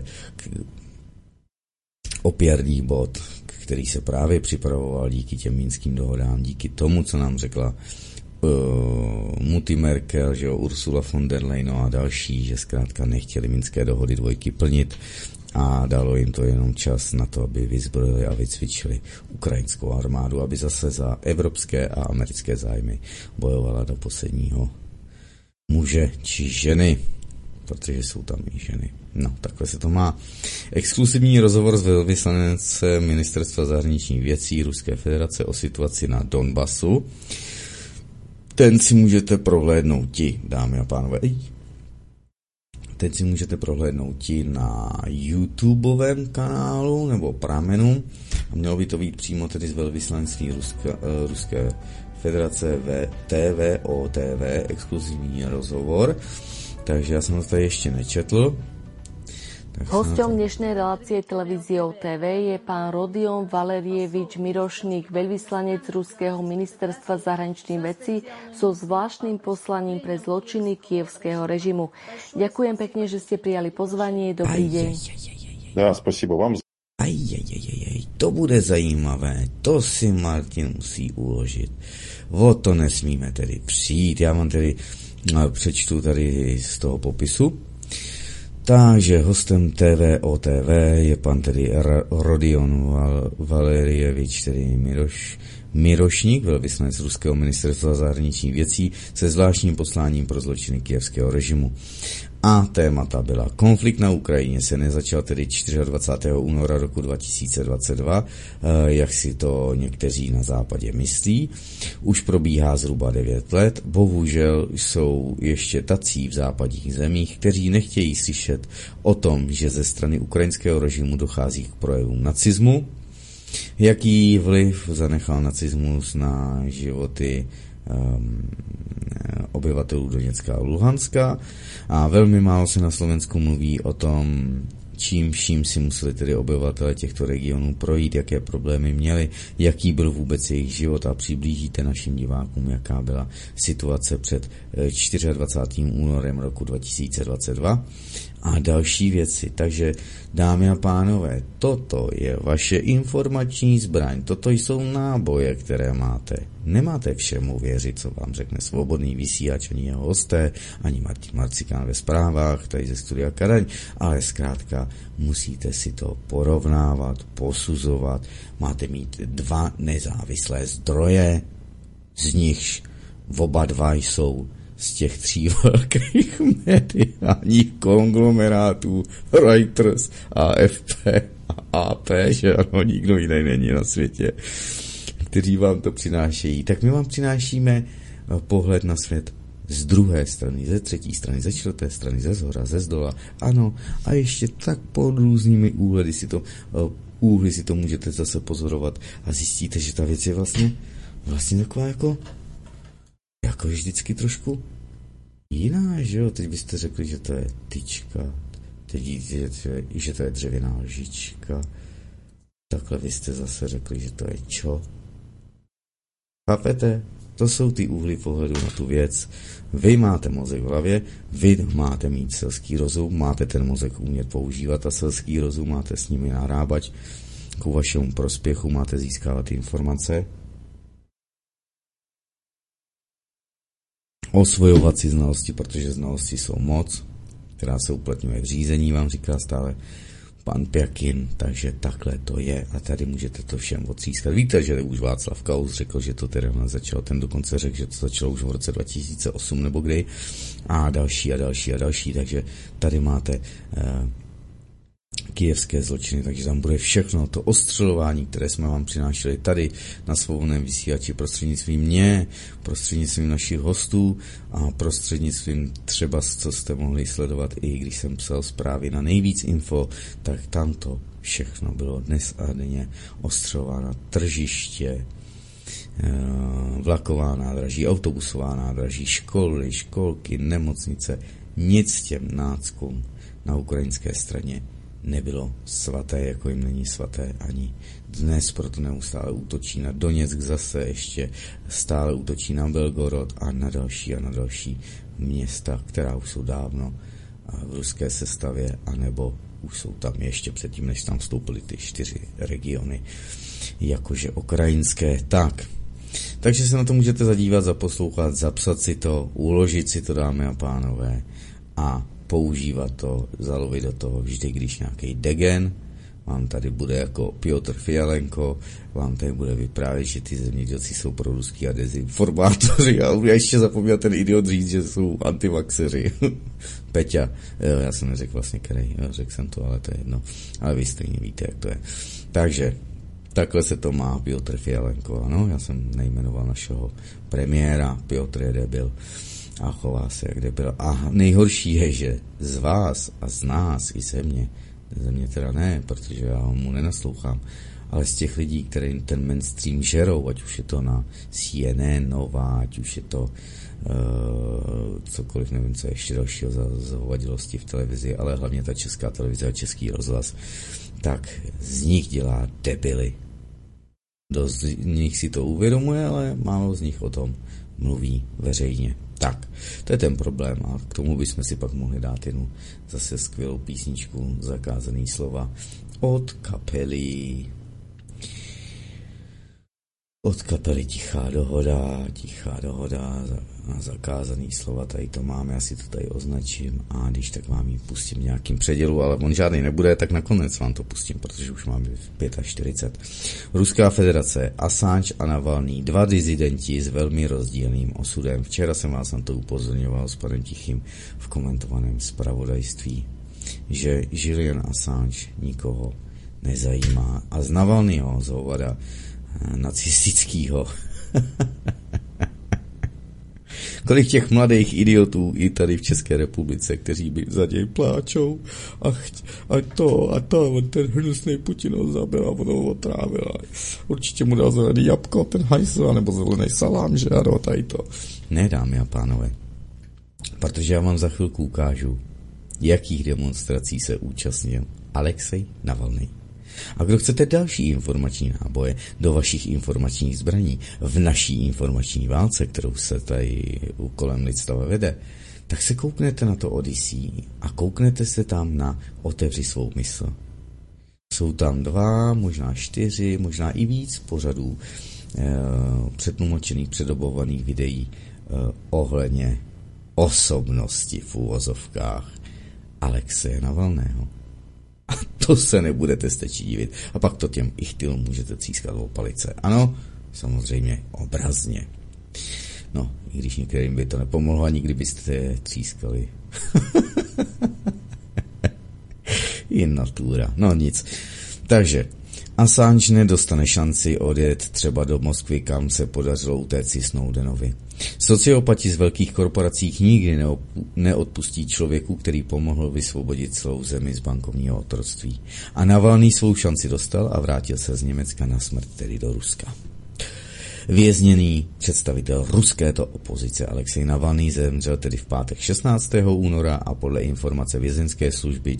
opěrný bod, který se právě připravoval díky těm minským dohodám, díky tomu, co nám řekla Mutti Merkel, že jo, Ursula von der Leyen a další, že zkrátka nechtěli minské dohody 2 plnit a dalo jim to jenom čas na to, aby vyzbrojili a vycvičili ukrajinskou armádu, aby zase za evropské a americké zájmy bojovala do posledního muže či ženy, protože jsou tam i ženy. No, takhle se to má. Exkluzivní rozhovor s velvyslancem Ministerstva zahraničních věcí Ruské federace o situaci na Donbasu. Ten si můžete prohlédnout ti, dámy a pánové. Teď si můžete prohlédnout na YouTubeovém kanálu nebo pramenu a mělo by to být přímo tedy z velvyslanství Ruské federace TVOTV, exkluzivní rozhovor. Takže já jsem to tady ještě nečetl. Hosťom dnešnej relácie televíziou TV je pán Rodion Valerievič Mirošník, veľvyslanec Ruského ministerstva zahraničných vecí so zvláštnym poslaním pre zločiny kievského režimu. Ďakujem pekne, že ste prijali pozvanie. Dobrý deň. Ja, spasibo vám. To bude zajímavé, to si Martin musí uložit. O to nesmíme tedy přijít. Já vám tedy přečtu tady z toho popisu. Takže hostem TVOTV je pan tedy Rodion Valerievič, tedy Mirošník, velvyslanec Ruského ministerstva zahraničních věcí se zvláštním posláním pro zločiny kyjevského režimu. A témata byla: konflikt na Ukrajině se nezačal tedy 24. února roku 2022, jak si to někteří na západě myslí. Už probíhá zhruba 9 let. Bohužel jsou ještě tací v západních zemích, kteří nechtějí slyšet o tom, že ze strany ukrajinského režimu dochází k projevům nacismu. Jaký vliv zanechal nacismus na životy obyvatelů Doněcka a Luhanska, a velmi málo se na Slovensku mluví o tom, čím vším si museli tedy obyvatele těchto regionů projít, jaké problémy měli, jaký byl vůbec jejich život, a přiblížíte našim divákům, jaká byla situace před 24. únorem roku 2022 a další věci. Takže, dámy a pánové, toto je vaše informační zbraň, toto jsou náboje, které máte. Nemáte všemu věřit, co vám řekne Svobodný vysílač, ani jeho hosté, ani Martin Marcikán ve zprávách, tady ze studia Kadaň, ale zkrátka musíte si to porovnávat, posuzovat. Máte mít 2 nezávislé zdroje, z nichž oba 2 jsou z těch 3 velkých mediálních konglomerátů Reuters, AFP a AP, že ano, nikdo jiný není na světě, kteří vám to přinášejí. Tak my vám přinášíme pohled na svět z druhé strany, ze třetí strany, ze čtvrté strany, ze zhora, ze zdola, ano, a ještě tak pod různými úhly si to můžete zase pozorovat a zjistíte, že ta věc je vlastně taková jako vždycky trošku jiná, že jo? Teď byste řekli, že to je tyčka, teď že to je dřevěná lžička, takhle byste zase řekli, že to je čo. Chápete? To jsou ty úhly pohledu na tu věc. Vy máte mozek v hlavě, vy máte mít selský rozum, máte ten mozek umět používat a selský rozum máte s nimi nahrábat. Ku vašemu prospěchu máte získávat informace, osvojovat si znalosti, protože znalosti jsou moc, která se uplatňuje v řízení, vám říká stále pan Pjakin, takže takhle to je a tady můžete to všem odstřískat. Víte, že už Václav Klaus řekl, že to tedy začalo, ten dokonce řekl, že to začalo už v roce 2008 nebo kdy, a další, takže tady máte kyjevské zločiny, takže tam bude všechno to ostřelování, které jsme vám přinášeli tady na Svobodném vysílači prostřednictvím mě, prostřednictvím našich hostů a prostřednictvím třeba, co jste mohli sledovat, i když jsem psal zprávy na Nejvíc info, tak tam to všechno bylo dnes a denně ostřelováno. Tržiště, vlaková nádraží, autobusová nádraží, školy, školky, nemocnice, nic těm náckům na ukrajinské straně nebylo svaté, jako jim není svaté ani dnes, proto neustále útočí na Doněck, zase ještě stále útočí na Belgorod a na další města, která už jsou dávno v ruské sestavě, anebo už jsou tam ještě předtím, než tam vstoupily ty 4 regiony, jakože ukrajinské. Takže se na to můžete zadívat, zaposlouchat, zapsat si to, uložit si to, dámy a pánové, a používat to, zalovit do toho vždy, když nějaký degen vám tady bude jako Piotr Fialenko, vám tady bude vyprávět, že ty zemědělci jsou proruský a dezinformátoři, a já ještě zapomněl ten idiot říct, že jsou antivaxeři. Peťa, já jsem neřekl vlastně který, řekl jsem to, ale to je jedno, ale vy stejně víte, jak to je. Takže takhle se to má Piotr Fialenko, ano, já jsem nejmenoval našeho premiéra, Piotr je debil a chová se jak debil. A nejhorší je, že z vás a z nás i ze mě Ze mě teda ne, protože já mu nenaslouchám, ale z těch lidí, který ten mainstream žerou, ať už je to na CNN Nova, ať už je to cokoliv, nevím, co ještě dalšího za hovadilosti v televizi, ale hlavně ta Česká televize a Český rozhlas, tak z nich dělá debily. Dost z nich si to uvědomuje, ale málo z nich o tom mluví veřejně. Tak, to je ten problém a k tomu bychom si pak mohli dát jednu zase skvělou písničku Zakázaný slova od kapely Tichá dohoda a Zakázaný slova, tady to máme, já si to tady označím a když tak vám ji pustím nějakým předělu, ale on žádný nebude, tak nakonec vám to pustím, protože už máme 45. Ruská federace, Assange a Navalný, 2 dizidenti s velmi rozdílným osudem. Včera jsem vás na to upozorňoval s panem Tichým v komentovaném zpravodajství, že Julian Assange nikoho nezajímá a z Navalnýho, z hovada nacistického. Kolik těch mladých idiotů i tady v České republice, kteří by za něj pláčou a ten hnusný Putin ho zabil a on ho otrávil a určitě mu dal zelený jabko, ten hajsl, nebo zelený salám, že ano, tady to. Ne, dámy a pánové, protože já vám za chvilku ukážu, jakých demonstrací se účastnil Alexej Navalný. A kdo chcete další informační náboje do vašich informačních zbraní v naší informační válce, kterou se tady kolem lidstva vede, tak se kouknete na to Odyssey a kouknete se tam na Otevři svou mysl. Jsou tam 2, možná 4, možná i víc pořadů předtlumočených, předobovaných videí ohledně osobnosti v úvozovkách Alexeje Navalného. A to se nebudete stačit divit. A pak to těm ichtylům můžete třískat o palice. Ano, samozřejmě obrazně. No, i když některým by to nepomohlo a nikdy byste je třískali. In natura. No nic. Takže Assange nedostane šanci odjet třeba do Moskvy, kam se podařilo utéci Snowdenovi. Sociopati z velkých korporací nikdy neodpustí člověku, který pomohl vysvobodit celou zemi z bankovního otroctví. A Navalný svou šanci dostal a vrátil se z Německa na smrt, tedy do Ruska. Vězněný představitel ruské opozice Alexej Navalný zemřel tedy v pátek 16. února a podle informace vězeňské služby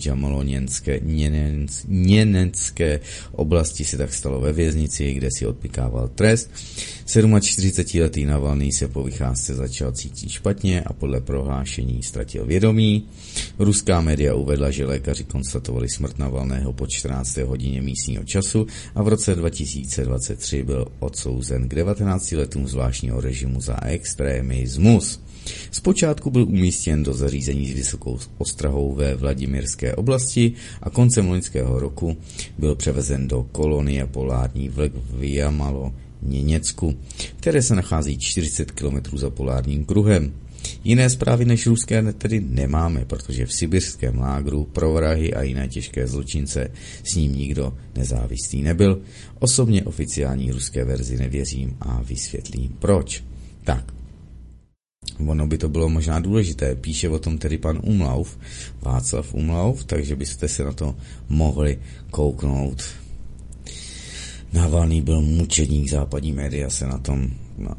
Něnecké oblasti se tak stalo ve věznici, kde si odpykával trest. 47-letý Navalný se po vycházce začal cítit špatně a podle prohlášení ztratil vědomí. Ruská média uvedla, že lékaři konstatovali smrt Navalného po 14. hodině místního času a v roce 2023 byl odsouzen k 19 letům zvláštního režimu za extremismus. Zpočátku byl umístěn do zařízení s vysokou ostrahou ve Vladimirské oblasti a koncem loňského roku byl převezen do kolonie polární v Jamalo-Něněcku, které se nachází 40 km za polárním kruhem. Jiné zprávy než ruské tedy nemáme, protože v sibirském lágru pro vrahy a jiné těžké zločince s ním nikdo nezávislý nebyl. Osobně oficiální ruské verzi nevěřím a vysvětlím proč. Tak, ono by to bylo možná důležité, píše o tom tedy pan Umlauf, Václav Umlauf, takže byste se na to mohli kouknout. Navalný byl mučedník, západní média se na tom, no,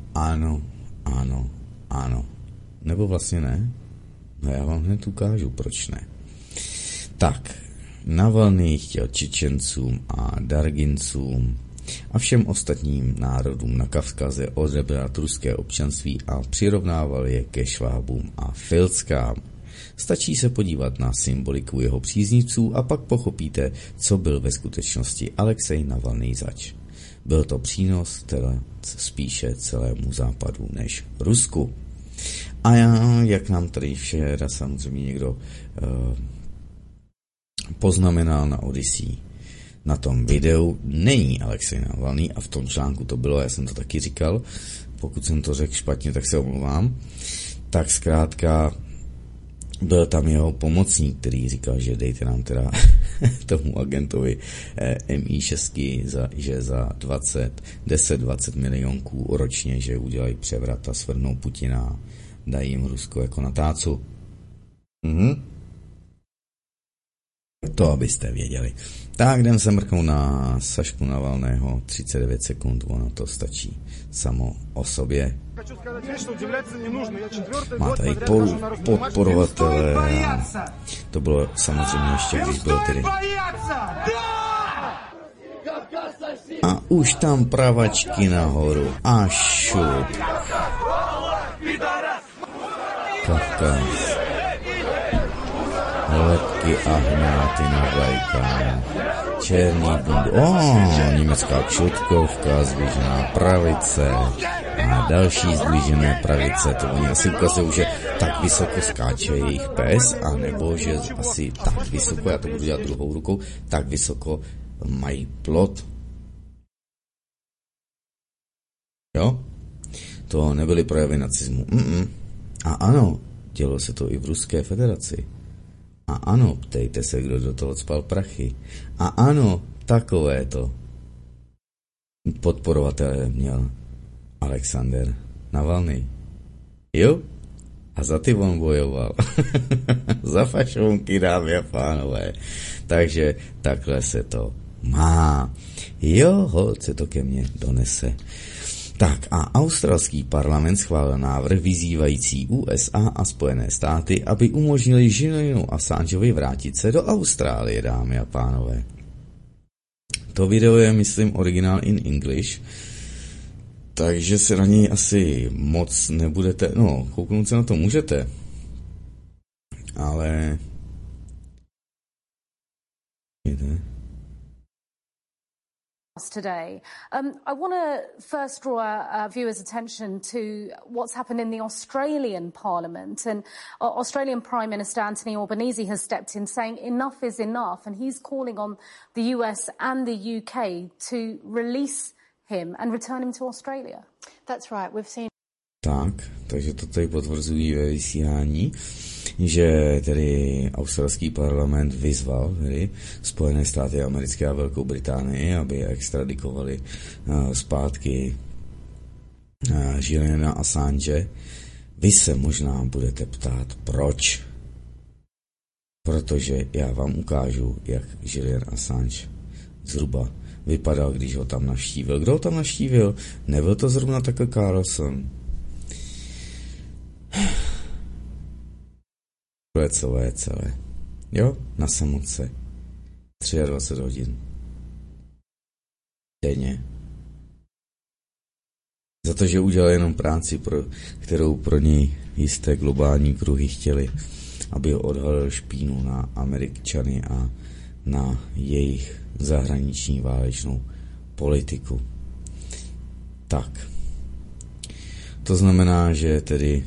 ano. Nebo vlastně ne? No já vám hned ukážu, proč ne. Tak, Navalný chtěl Čečencům a Dargincům a všem ostatním národům na Kavkaze odebrat ruské občanství a přirovnával je ke Švábům a Filckám. Stačí se podívat na symboliku jeho příznivců a pak pochopíte, co byl ve skutečnosti Alexej Navalný zač. Byl to přínos spíše celému západu než Rusku. A jak nám tady včera samozřejmě někdo poznamenal na Odyssey, na tom videu není Alexej Navalný a v tom článku to bylo, já jsem to taky říkal, pokud jsem to řekl špatně, tak se omlouvám, tak zkrátka byl tam jeho pomocník, který říkal, že dejte nám teda tomu agentovi MI6, že za 10-20 milionků ročně, že udělají převrat a svrhnou Putina a dají jim Rusko jako na tácu. To abyste věděli. Tak jdem se mrknout na Sašku Navalného, 39 sekund, ono to stačí samo o sobě. Má tady podporovatele a to bylo samozřejmě ještě, když byl tedy. A už tam pravačky nahoru a šup. Kavkaz. Lepky a hnáty na vlajkách. Černý bundu. Německá kšutkovka, zdvižená pravice a další zdvižené pravice. To oni asi ukazují, že tak vysoko skáče jejich pes, anebo že asi tak vysoko, já to budu dělat druhou rukou, tak vysoko mají plot. Jo? To nebyly projevy nacismu. A ano, dělo se to i v Ruské federaci. A ano, ptejte se, kdo do toho cpal prachy. A ano, takové to podporovatele měl Alexander Navalny. Jo? A za ty on bojoval. Za fašonky, dámy a pánové. Takže takhle se to má. Jo, holt se to ke mně donese. Tak a australský parlament schválil návrh vyzývající USA a Spojené státy, aby umožnili Julianu Assangeovi vrátit se do Austrálie, dámy a pánové. To video je, myslím, originál in English, takže se na něj asi moc nebudete, kouknout se na to můžete, ale today. I want to first draw our viewers' attention to what's happened in the Australian Parliament. And Australian Prime Minister Anthony Albanese has stepped in saying enough is enough, and he's calling on the US and the UK to release him and return him to Australia. That's right. We've seen. Tak, takže to tady potvrzují ve vysílání, že tedy australský parlament vyzval tedy Spojené státy americké a Velkou Británii, aby extradikovali zpátky Juliana Assange. Vy se možná budete ptát, proč? Protože já vám ukážu, jak Julian Assange zhruba vypadal, když ho tam navštívil. Kdo ho tam navštívil? Nebyl to zrovna Tucker Carlson. Celé. Jo? Na samotce. 23 hodin. Denně. Za to, že udělal jenom práci, kterou pro něj jisté globální kruhy chtěli, aby odhalil špínu na Američany a na jejich zahraniční válečnou politiku. Tak. To znamená, že tedy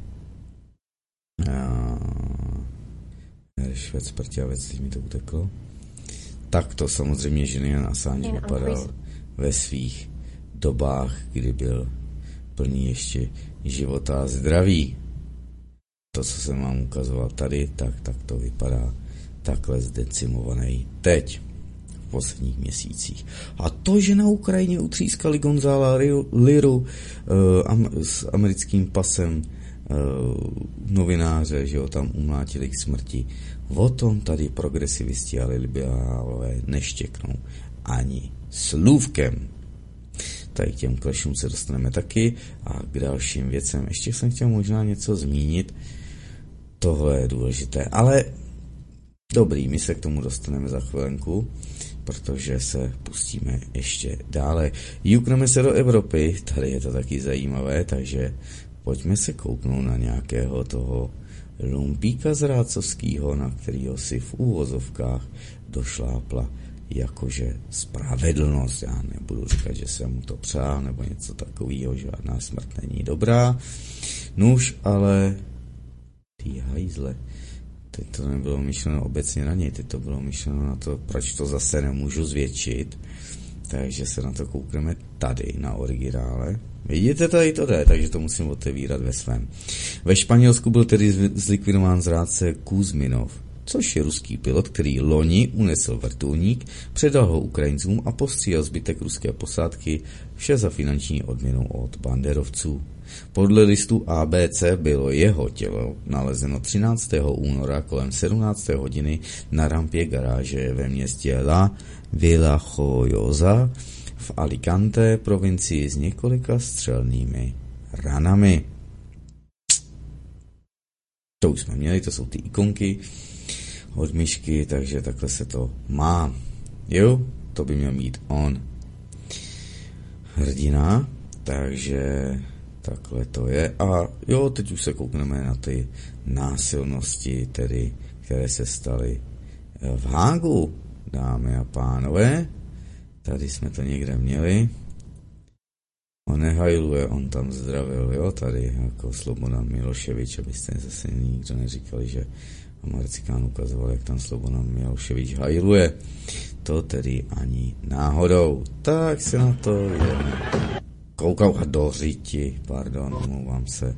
švec, prťavec, teď mi to uteklo. Tak to samozřejmě Julian Assange vypadal ve svých dobách, kdy byl plný ještě života a zdraví. To, co jsem vám ukazoval tady, tak to vypadá takhle zdecimovaný teď, v posledních měsících. A to, že na Ukrajině utřískali Gonzala Liru s americkým pasem novináře, že ho tam umlátili k smrti. O tom tady progresivisti a liberálové neštěknou ani slůvkem. Tady k těm klešům se dostaneme taky a k dalším věcem. Ještě jsem chtěl možná něco zmínit. Tohle je důležité, ale dobrý, my se k tomu dostaneme za chvilenku, protože se pustíme ještě dále. Jukneme se do Evropy, tady je to taky zajímavé, takže pojďme se kouknout na nějakého toho lumpíka z Rácovskýho, na kterýho si v úvozovkách došlápla jakože spravedlnost. Já nebudu říkat, že jsem mu to přál, nebo něco takového, žádná smrt není dobrá. Nuž, ale ty hajzle, teď to nebylo myšleno obecně na něj, teď to bylo myšleno na to, proč to zase nemůžu zvětšit. Takže se na to koukneme tady, na originále. Vidíte, tady to jde, takže to musím otevírat ve svém. Ve Španělsku byl tedy zlikvidován zrádce Kuzminov. což je ruský pilot, který loni unesl vrtulník, předal ho Ukrajincům a postřílel zbytek ruské posádky, vše za finanční odměnu od banderovců. Podle listu ABC bylo jeho tělo nalezeno 13. února kolem 17. hodiny na rampě garáže ve městě La Villajoyosa v Alicante provincii s několika střelnými ranami. To už jsme měli, to jsou ty ikonky od myšky, takže takhle se to má. Jo, to by měl mít on. Hrdina, takže takhle to je. A jo, teď už se koukneme na ty násilnosti, tedy, které se staly v Hágu, dámy a pánové. Tady jsme to někde měli. On nehajluje, on tam zdravil, jo, tady jako Slobodan Miloševič, abyste zase nikdo neříkali, že Marcikán ukazoval, jak tam Slobodan Miloševič hajluje. To tedy ani náhodou. Tak se na to jdeme. Koukal a do řiti, pardon, omlouvám se.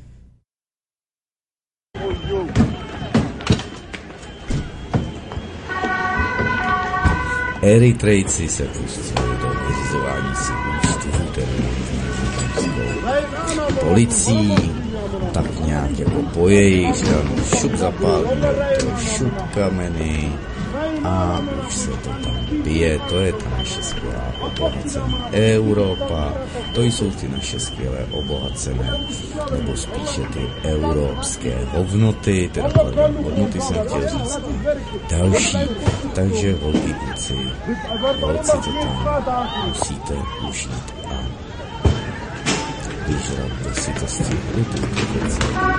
Eritrejci se pustili do vyřizování si účtů, policií, tak nějak jako po jejich, tam šup zapálíme, šup kameny a už se to tam bije, to je ta naše skvělá obohacená Evropa, to jsou ty naše skvělé obohacené, nebo spíše ty evropské hodnoty, teda hodnoty jsem chtěl říct a další, takže holky, kluci, holci to tam musíte užít a vyžrat, kdo si to stihli, tuto věc.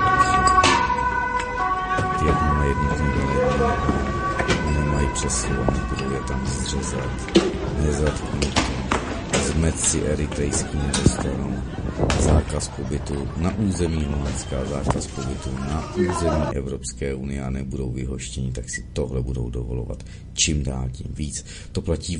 Ty jak má jednu nemají přesilovat, budou je tam zřezat, nezatknout, zmet si eritrejský nedostanou, zákaz pobytu na území Holandska, zákaz pobytu na území Evropské unie a nebudou vyhoštěni, tak si tohle budou dovolovat čím dál tím víc. To platí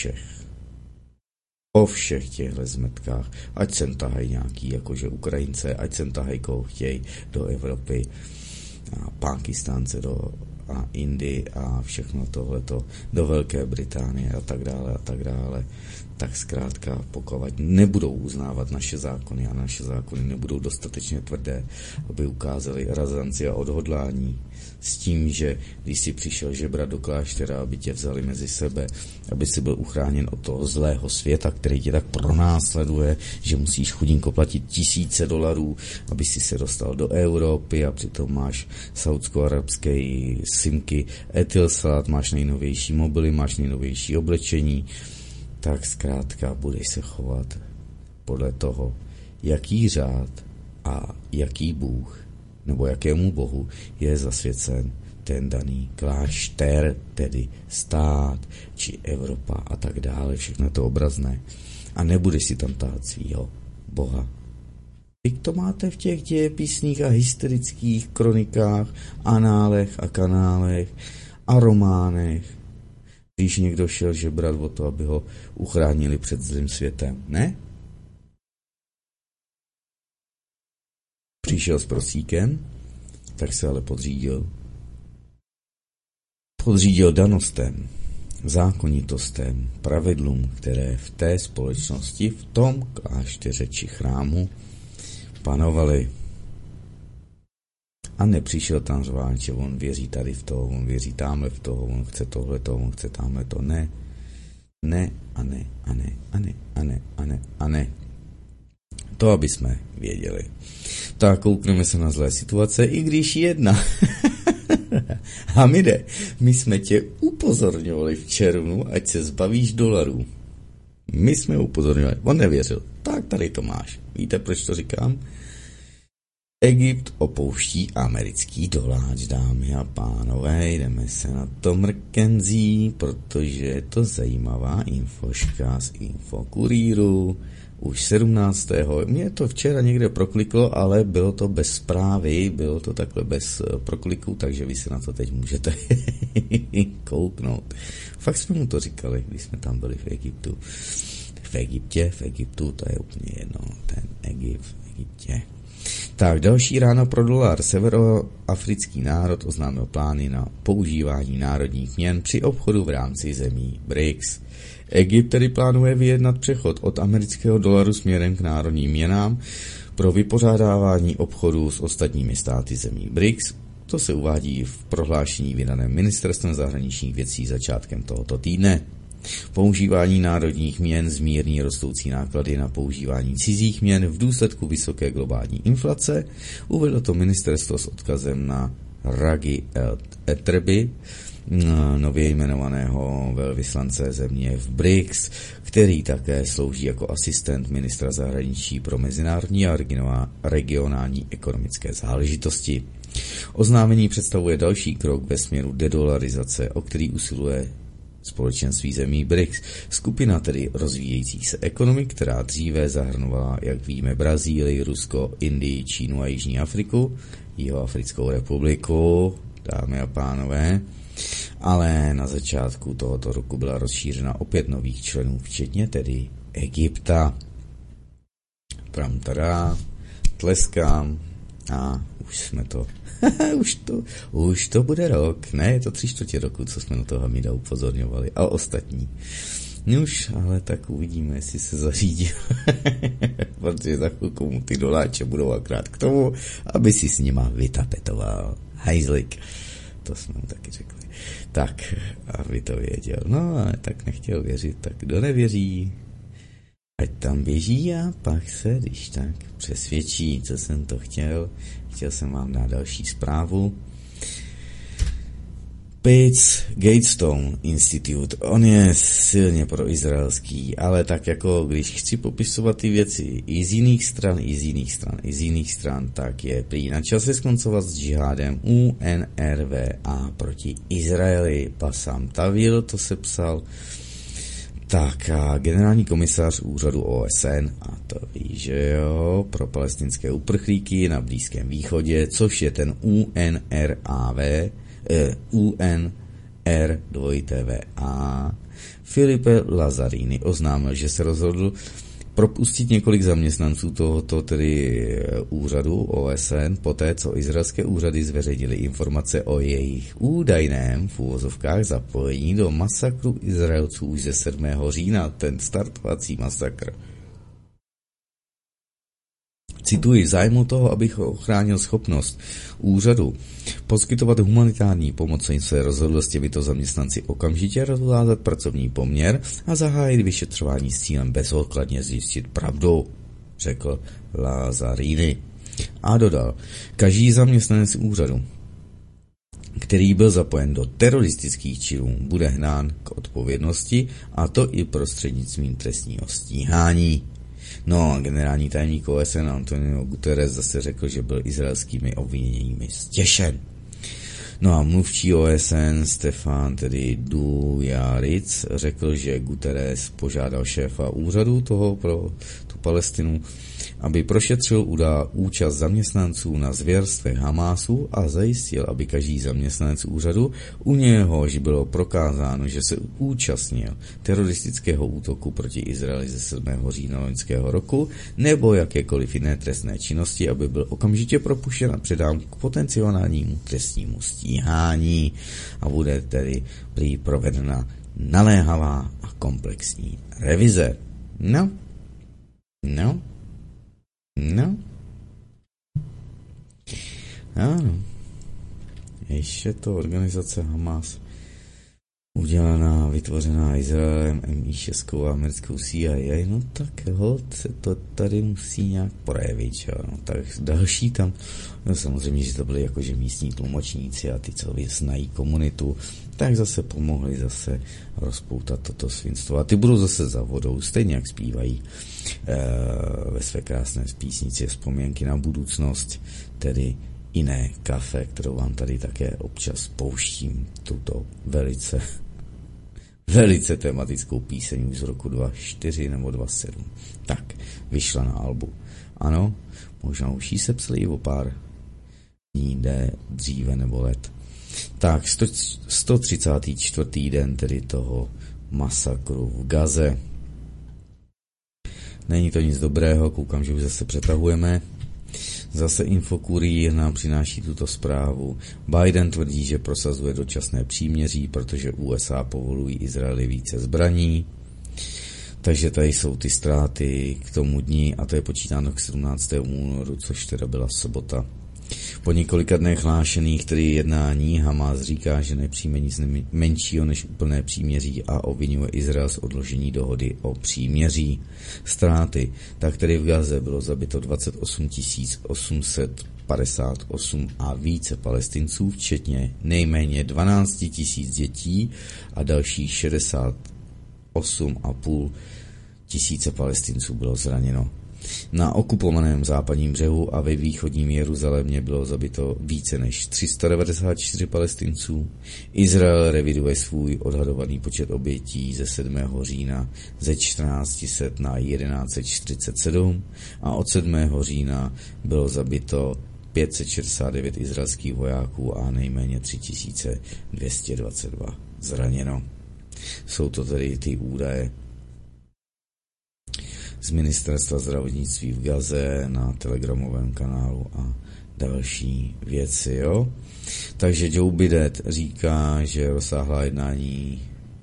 o všech těchto zmetkách, ať sem tahají nějaký jakože Ukrajince, ať sem tahají koho chtějí do Evropy, a Pákistánce a Indii a všechno tohleto do Velké Británie a tak dále, tak zkrátka pokud nebudou uznávat naše zákony a naše zákony nebudou dostatečně tvrdé, aby ukázali razanci a odhodlání s tím, že když si přišel žebrat do kláštera, aby tě vzali mezi sebe, aby si byl uchráněn od toho zlého světa, který tě tak pronásleduje, že musíš chudinko platit $1000, aby si se dostal do Evropy a přitom máš saudsko-arabské simky, etylsalat, máš nejnovější mobily, máš nejnovější oblečení, tak zkrátka budeš se chovat podle toho, jaký řád a jaký Bůh nebo jakému bohu je zasvěcen ten daný klášter, tedy stát, či Evropa a tak dále, všechno to obrazné. A nebudeš si tam tahat svýho boha. Teď to máte v těch dějepisných a historických kronikách, análech a kanálech a románech, když někdo šel žebrat o to, aby ho uchránili před zlým světem, ne? Přišel s prosíkem, tak se ale podřídil danostem, zákonitostem, pravidlům, které v té společnosti, v tom klášteře či chrámu panovaly. A nepřišel tam řvát, že on věří tady v toho, on věří tamhle v toho, on chce tohleto, on chce tamhle to, ne. Ne a ne a ne a ne a ne a ne a ne. To, aby jsme věděli. Tak koukneme se na zlé situace, i když jedna. Hamide, my jsme tě upozorňovali v červnu, ať se zbavíš dolarů. My jsme upozorňovali, on nevěřil. Tak tady to máš. Víte, proč to říkám? Egypt opouští americký dolář, dámy a pánové, jdeme se na to mrkenzí, protože je to zajímavá infoška z Infokurýru. Už 17. Mě to včera někde prokliklo, ale bylo to bez zprávy, bylo to takhle bez prokliku, takže vy se na to teď můžete kouknout. Fakt jsme mu to říkali, když jsme tam byli v Egyptu. V Egyptě, to je úplně jedno, ten Egypt v Egyptě. Tak, další ráno pro dolar. Severoafrický národ oznámil plány na používání národních měn při obchodu v rámci zemí BRICS. Egypt tedy plánuje vyjednat přechod od amerického dolaru směrem k národním měnám pro vypořádávání obchodu s ostatními státy zemí BRICS. To se uvádí v prohlášení vydaném ministerstvem zahraničních věcí začátkem tohoto týdne. Používání národních měn zmírní rostoucí náklady na používání cizích měn v důsledku vysoké globální inflace, uvedlo to ministerstvo s odkazem na Ragi El-Etreby, nově jmenovaného velvyslance země v BRICS, který také slouží jako asistent ministra zahraničí pro mezinárodní a regionální ekonomické záležitosti. Oznámení představuje další krok ve směru dedolarizace, o který usiluje společenství zemí BRICS, skupina tedy rozvíjejících se ekonomik, která dříve zahrnovala, jak víme, Brazílii, Rusko, Indii, Čínu a Jižní Afriku, Jihoafrickou republiku, dámy a pánové, ale na začátku tohoto roku byla rozšířena o 5 nových členů, včetně tedy Egypta. Pramtada, tleskám a už jsme to už to bude rok, ne, je to 3/4 roku, co jsme na toho Hamida upozorňovali a ostatní. No už, ale tak uvidíme, jestli se zařídí, protože za chvilku mu ty doláče budou akrát k tomu, aby si s nima vytapetoval hajzlik. To jsme mu taky řekli. Tak, aby to věděl. No, ale tak nechtěl věřit, tak kdo nevěří, ať tam běží a pak se, když tak, přesvědčí, co jsem to chtěl. Chtěl jsem vám dát další zprávu. Bates Gatestone Institute, on je silně proizraelský, ale tak jako když chci popisovat ty věci i z jiných stran, tak je prý na čase skoncovat s džihádem UNRWA proti Izraeli. Bassam Tawil to sepsal. Tak a generální komisař úřadu OSN, a to ví, že jo, pro palestinské uprchlíky na Blízkém východě, což je ten UNRWA, Filipe Lazzarini oznámil, že se rozhodl propustit několik zaměstnanců tohoto tedy úřadu OSN poté, co izraelské úřady zveřejnily informace o jejich údajném v úvozovkách zapojení do masakru Izraelců už ze 7. října, ten startovací masakr. Cituji, v zájmu toho, abych ochránil schopnost úřadu poskytovat humanitární pomoc, se rozhodl s těmito zaměstnanci okamžitě rozvázat pracovní poměr a zahájit vyšetřování s cílem bezodkladně zjistit pravdu, řekl Lazzarini. A dodal, každý zaměstnanec úřadu, který byl zapojen do teroristických činů, bude hnán k odpovědnosti, a to i prostřednictvím trestního stíhání. No a generální tajemník OSN Antonio Guterres zase řekl, že byl izraelskými obviněními zděšen. No a mluvčí OSN Stefan tedy Dujarric řekl, že Guterres požádal šéfa úřadu toho pro tu Palestinu, aby prošetřil účast zaměstnanců na zvěrstvech Hamásu a zajistil, aby každý zaměstnanec úřadu, u něhož bylo prokázáno, že se účastnil teroristického útoku proti Izraeli ze 7. října loňského roku nebo jakékoliv jiné trestné činnosti, aby byl okamžitě propuštěn a předán k potenciálnímu trestnímu stíhání a bude tedy prý provedena naléhavá a komplexní revize. No. Ano. Ještě to organizace Hamas udělaná, vytvořená Izraelem, MI6 a americkou CIA, no tak hold se to tady musí nějak projevit, jo? No, tak další tam, no samozřejmě, že to byly jakože místní tlumočníci a ty, co znají komunitu, tak zase pomohli zase rozpoutat toto svinstvo. A ty budou zase za vodou, stejně jak zpívají ve své krásné písnici Vzpomínky na budoucnost, tedy Jiné kafe, kterou vám tady také občas pouštím, tuto velice tematickou píseň už z roku 2004 nebo 2007. Tak, vyšla na albu. Ano, možná už jí sepsali o pár dní dříve nebo let. Tak, 134. den tedy toho masakru v Gaze. Není to nic dobrého, koukám, že už zase přetahujeme. Zase Infokurier nám přináší tuto zprávu. Biden tvrdí, že prosazuje dočasné příměří, protože USA povolují Izraeli více zbraní. Takže tady jsou ty ztráty k tomu dni a to je počítáno k 17. únoru, což teda byla sobota. Po několika dnech hlášených tedy jednání Hamas říká, že nepřijme nic menšího než úplné příměří a obvinuje Izrael z odložení dohody o příměří. Ztráty. Tak tedy v Gaze bylo zabito 28 858 a více Palestinců, včetně nejméně 12 000 dětí a dalších 68,5 tisíce Palestinců bylo zraněno. Na okupovaném západním břehu a ve východním Jeruzalémě bylo zabito více než 394 Palestinců. Izrael reviduje svůj odhadovaný počet obětí ze 7. října ze 1400 na 1147 a od 7. října bylo zabito 569 izraelských vojáků a nejméně 3222 zraněno. Jsou to tedy ty údaje z ministerstva zdravotnictví v Gaze na telegramovém kanálu a další věci, jo. Takže Joe Biden říká, že rozsáhlá jednání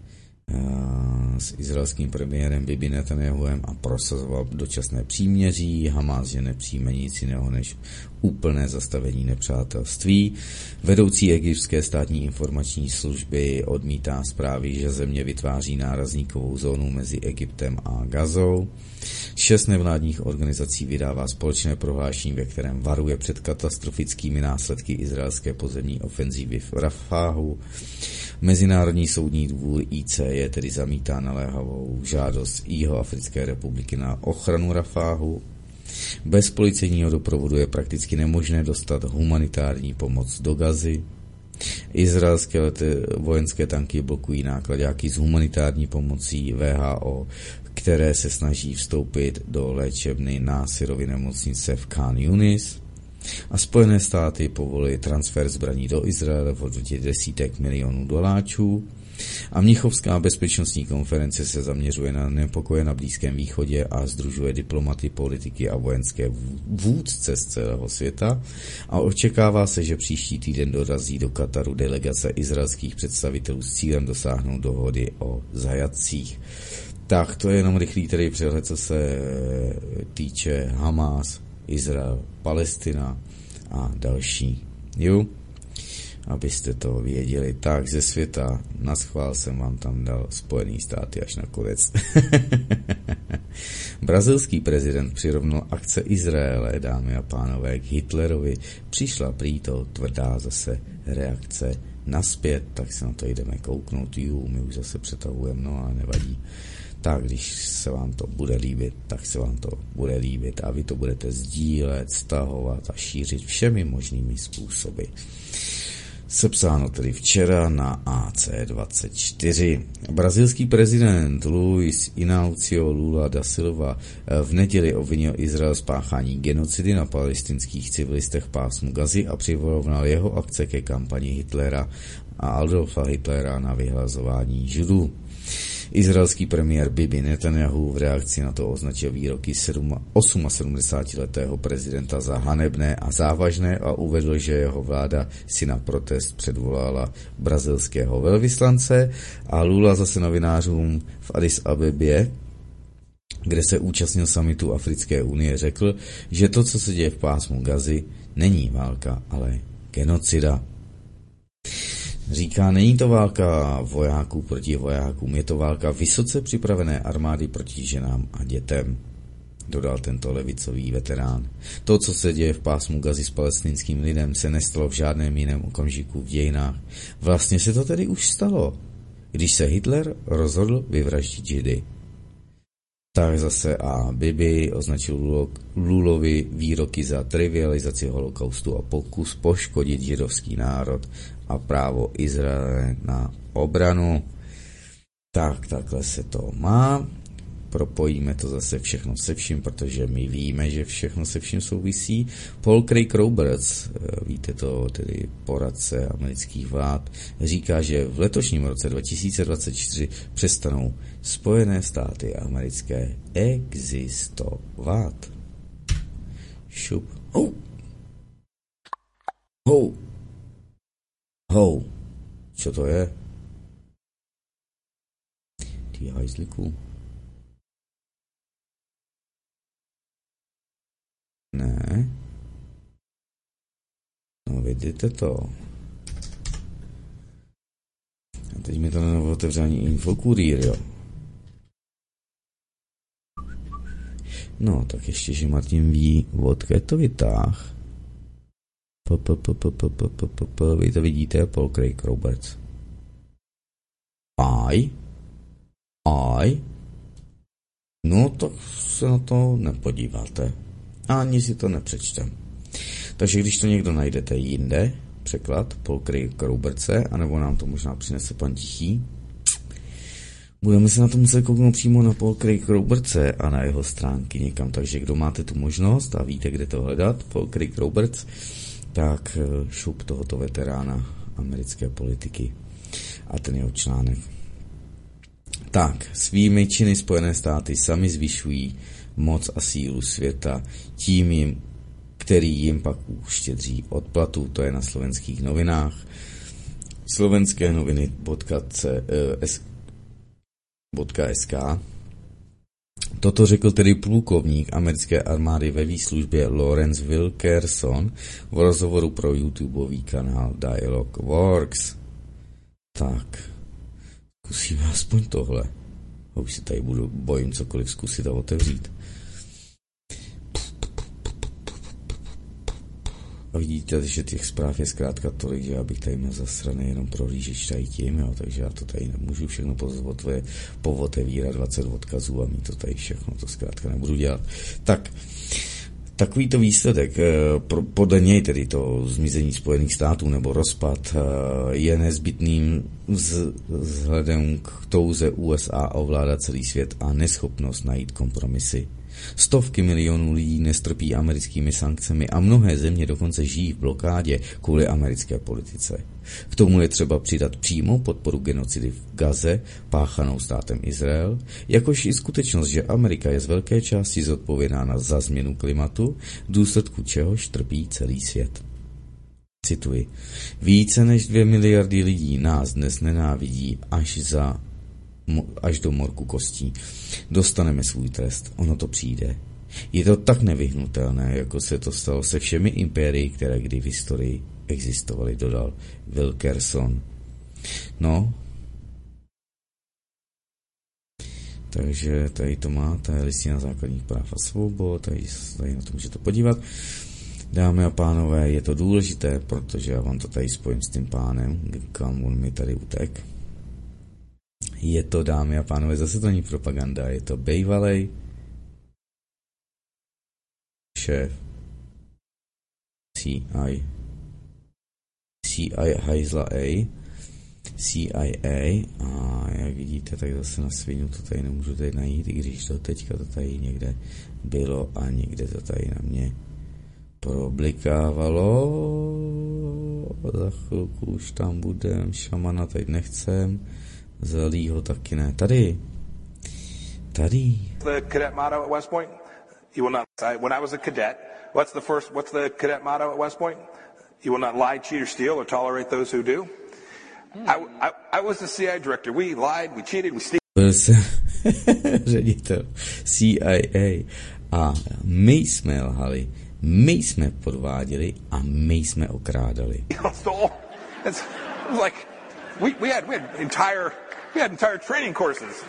s izraelským premiérem Bibi Netanyahuem a prosazoval dočasné příměří. Hamas, že nepřijme nic jiného než úplné zastavení nepřátelství. Vedoucí egyptské státní informační služby odmítá zprávy, že země vytváří nárazníkovou zónu mezi Egyptem a Gazou. 6 nevládních organizací vydává společné prohlášení, ve kterém varuje před katastrofickými následky izraelské pozemní ofenzívy v Rafahu. Mezinárodní soudní dvůr ICJ tedy zamítá naléhavou žádost Jihoafrické republiky na ochranu Rafahu. Bez policejního doprovodu je prakticky nemožné dostat humanitární pomoc do Gazy. Izraelské vojenské tanky blokují nákladáky s humanitární pomocí WHO, které se snaží vstoupit do léčebny Násirovy nemocnice v Khan Yunis. A Spojené státy povolily transfer zbraní do Izraele v hodnotě desítek milionů doláčů. A Mnichovská bezpečnostní konference se zaměřuje na nepokoje na Blízkém východě a sdružuje diplomaty, politiky a vojenské vůdce z celého světa. A očekává se, že příští týden dorazí do Kataru delegace izraelských představitelů s cílem dosáhnout dohody o zajatcích. Tak to je jenom rychlý tedy přehled, co se týče Hamas, Izrael, Palestina a další. Jo? Abyste to věděli. Tak ze světa naschvál jsem vám tam dal Spojený státy až na konec. Brazilský prezident přirovnal akce Izraele, dámy a pánové, k Hitlerovi. Přišla prý to tvrdá zase reakce naspět, tak se na to jdeme kouknout. My už zase přetahujeme, no ale nevadí. Tak když se vám to bude líbit, tak se vám to bude líbit a vy to budete sdílet, stahovat a šířit všemi možnými způsoby. Sepsáno tedy včera na AC24. Brazilský prezident Luiz Inácio Lula da Silva v neděli obvinil Izrael z páchání genocidy na palestinských civilistech v pásmu Gazy a přirovnal jeho akce ke kampani Hitlera a Adolfa Hitlera na vyhlazování Židů. Izraelský premiér Bibi Netanyahu v reakci na to označil výroky 78letého prezidenta za hanebné a závažné a uvedl, že jeho vláda si na protest předvolala brazilského velvyslance a Lula zase novinářům v Addis Abebě, kde se účastnil summitu Africké unie, řekl, že to, co se děje v pásmu Gazy, není válka, ale genocida. Říká, není to válka vojáků proti vojákům, je to válka vysoce připravené armády proti ženám a dětem, dodal tento levicový veterán. To, co se děje v pásmu Gazy s palestinským lidem, se nestalo v žádném jiném okamžiku v dějinách. Vlastně se to tedy už stalo, když se Hitler rozhodl vyvraždit Židy. Tak zase a Bibi označil Lulovi výroky za trivializaci holokaustu a pokus poškodit židovský národ a právo Izraele na obranu. Tak, takhle se to má. Propojíme to zase všechno se vším, protože my víme, že všechno se vším souvisí. Paul Craig Roberts, víte to, tedy poradce amerických vlád, říká, že v letošním roce 2024 přestanou Spojené státy americké existovat. Šup. Hou. Co to je? Ty hajzliku. Ne. No vidíte to. A teď mi to neotevře ani Infokurýr, jo. No, tak ještě, že Martin ví, odkud to vytáh. Vy to vidíte, Paul Craig Roberts. No, tak se na to nepodíváte. Ani si to nepřečtem. Takže když to někdo najdete jinde, překlad Paul Craig Robertse, anebo nám to možná přinese pan Tichý, budeme se na to muset kouknout přímo na Paul Craig Robertse a na jeho stránky někam. Takže kdo máte tu možnost a víte, kde to hledat, Paul Craig Roberts, tak šup tohoto veterána americké politiky a ten jeho článek. Tak, svými činy Spojené státy sami zvyšují moc a sílu světa tím, který jim pak uštědří odplatu. To je na slovenských novinách. Slovenské noviny.sk. Toto řekl tedy plukovník americké armády ve výslužbě Lawrence Wilkerson v rozhovoru pro YouTubeový kanál Dialogue Works. Tak, zkusíme aspoň tohle. Už si tady bojím cokoliv zkusit a otevřít. A vidíte, že těch zpráv je zkrátka tolik, že já bych tady měl zasraný jenom prohlížeč tady tím, jo, takže já to tady nemůžu všechno povotevírat 20 odkazů a mít to tady všechno, to zkrátka nebudu dělat. Tak, takovýto výsledek, podle něj tedy to zmizení Spojených států nebo rozpad je nezbytným vzhledem k touze USA ovládat celý svět a neschopnost najít kompromisy. Stovky milionů lidí nestrpí americkými sankcemi a mnohé země dokonce žijí v blokádě kvůli americké politice. K tomu je třeba přidat přímou podporu genocidy v Gaze, páchanou státem Izrael, jakož i skutečnost, že Amerika je z velké části zodpovědná za změnu klimatu, v důsledku čehož trpí celý svět. Cituji. Více než 2 miliardy lidí nás dnes nenávidí až do morku kostí. Dostaneme svůj trest, ono to přijde. Je to tak nevyhnutelné, jako se to stalo se všemi impérii, které kdy v historii existovaly, dodal Wilkerson. No, takže tady to má, ta je listina základních práv a svobod, tady na to můžete podívat. Dámy a pánové, je to důležité, protože já vám to tady spojím s tím pánem, kam on mi tady utek. Je to, dámy a pánové, zase to není propaganda, je to bývalej šéf CIA a jak vidíte, tak zase na svinu to tady nemůžu tady najít, i když to teďka to tady někde bylo a někde to tady na mě problikávalo. Za chvilku už tam budem, šamana teď nechcem, zelýho taky ne. Tady. The cadet motto at West Point? You will not. When I was a cadet, what's the cadet motto at West Point? You will not lie, cheat, or steal, or tolerate those who do. I was the CIA director. We lied, we cheated, we stole. Byl jsem ředitel CIA a my jsme lhali, my jsme podváděli a my jsme okrádali. It's like we had entire training courses.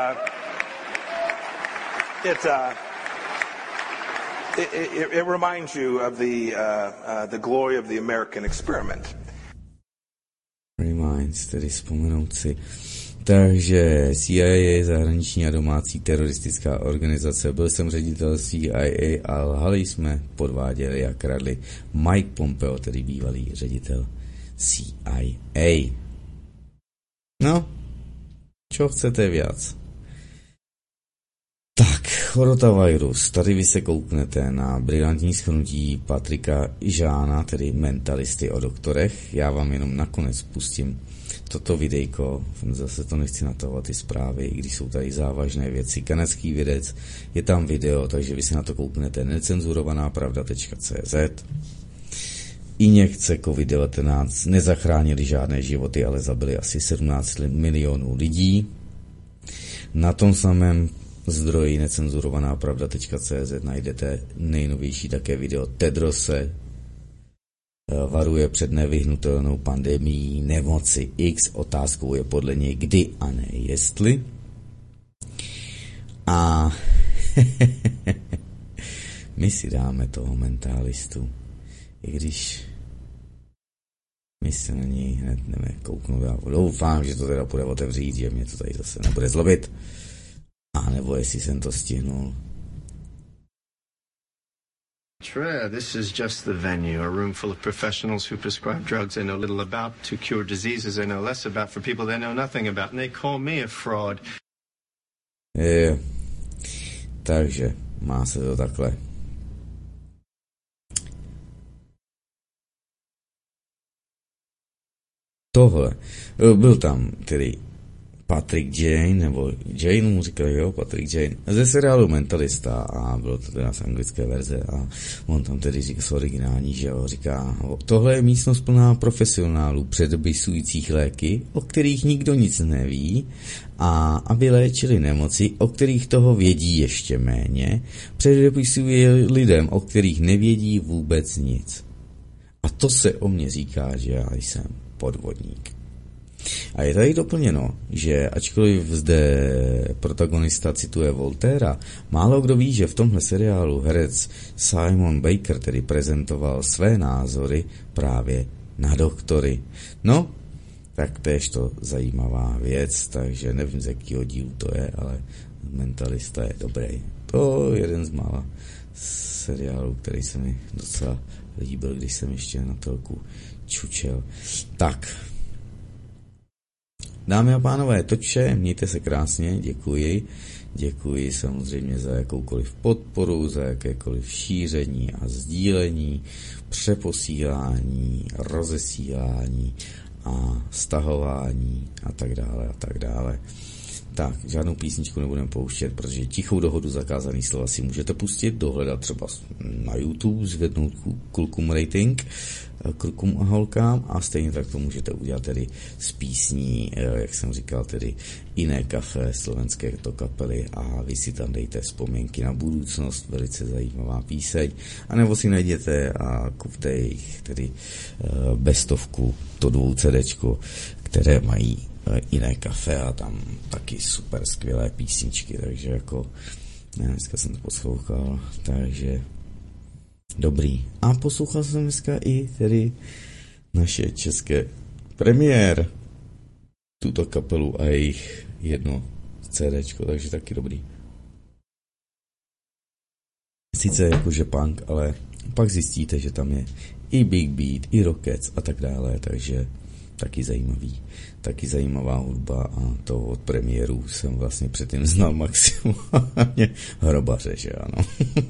It reminds you of the glory of the American experiment. Reminds, tedy vzpomenout si. Takže CIA je zahraniční a domácí teroristická organizace. Byl jsem ředitel CIA a lhali jsme, podváděli a kradli. Mike Pompeo, tedy bývalý ředitel CIA. No, čo chcete viac? Tak, chorotavirus. Tady vy se kouknete na brilantní shrnutí Patrika Žána, tedy mentalisty o doktorech. Já vám jenom nakonec pustím toto videjko. Zase to nechci natahovat ty zprávy, i když jsou tady závažné věci. Kanadský vědec, je tam video, takže vy se na to kouknete necenzurovanápravda.cz injekce COVID-19 nezachránily žádné životy, ale zabily asi 17 milionů lidí. Na tom samém zdroji necenzurovaná pravda.cz najdete nejnovější také video Tedrose. Varuje před nevyhnutelnou pandemií nemoci X. Otázkou je podle něj kdy a ne jestli. A my si dáme toho mentalistu. I když my se na něj hned kouknout. Já doufám, že to teda půjde otevřít, že mě to tady zase nebude zlobit. A nebo jestli jsem to stihnul. This is just the venue, a room full of professionals who prescribe drugs they know little about, to cure diseases they know less about, for people they know nothing about, and they call me a fraud. Takže má se to takhle. Tohle. Byl tam tedy Patrick Jane, nebo Jane mu říkali, jo, Patrick Jane, ze seriálu Mentalista a bylo to teda z anglické verze a on tam tedy říká z originální, že jo, říká, tohle je místnost plná profesionálů předepisujících léky, o kterých nikdo nic neví a aby léčili nemoci, o kterých toho vědí ještě méně, předepisují lidem, o kterých nevědí vůbec nic. A to se o mě říká, že já jsem podvodník. A je tady doplněno, že ačkoliv zde protagonista cituje Voltaira, málo kdo ví, že v tomhle seriálu herec Simon Baker tedy prezentoval své názory právě na doktory. No, tak též to zajímavá věc, takže nevím, z jakého dílu to je, ale Mentalista je dobrý. To je jeden z mála seriálů, který se mi docela líbil, když jsem ještě na telku čučel. Tak, dámy a pánové, to vše, mějte se krásně, děkuji samozřejmě za jakoukoliv podporu, za jakékoliv šíření a sdílení, přeposílání, rozesílání a stahování a tak dále. Tak, žádnou písničku nebudeme pouštět, protože Tichou dohodu zakázaný slova si můžete pustit, dohledat třeba na YouTube, zvednout klukům rating, klukům a holkám a stejně tak to můžete udělat tedy z písní, jak jsem říkal, tedy Jiné kafe, slovenské to kapely a vy si tam dejte vzpomínky na budoucnost, velice zajímavá píseň, anebo si najděte a kupte jich tedy bestovku, to 2 CDčko, které mají Jiné kafe a tam taky super skvělé písničky, takže jako dneska jsem to poslouchal, takže dobrý. A poslouchal jsem dneska i tedy naše české premiér, tuto kapelu a jejich jedno CDčko, takže taky dobrý. Sice jakože punk, ale pak zjistíte, že tam je i Big Beat, i Rockets a tak dále, takže taky zajímavá hudba a to od premiéru jsem vlastně předtím znal maximálně Hrobaře, že ano.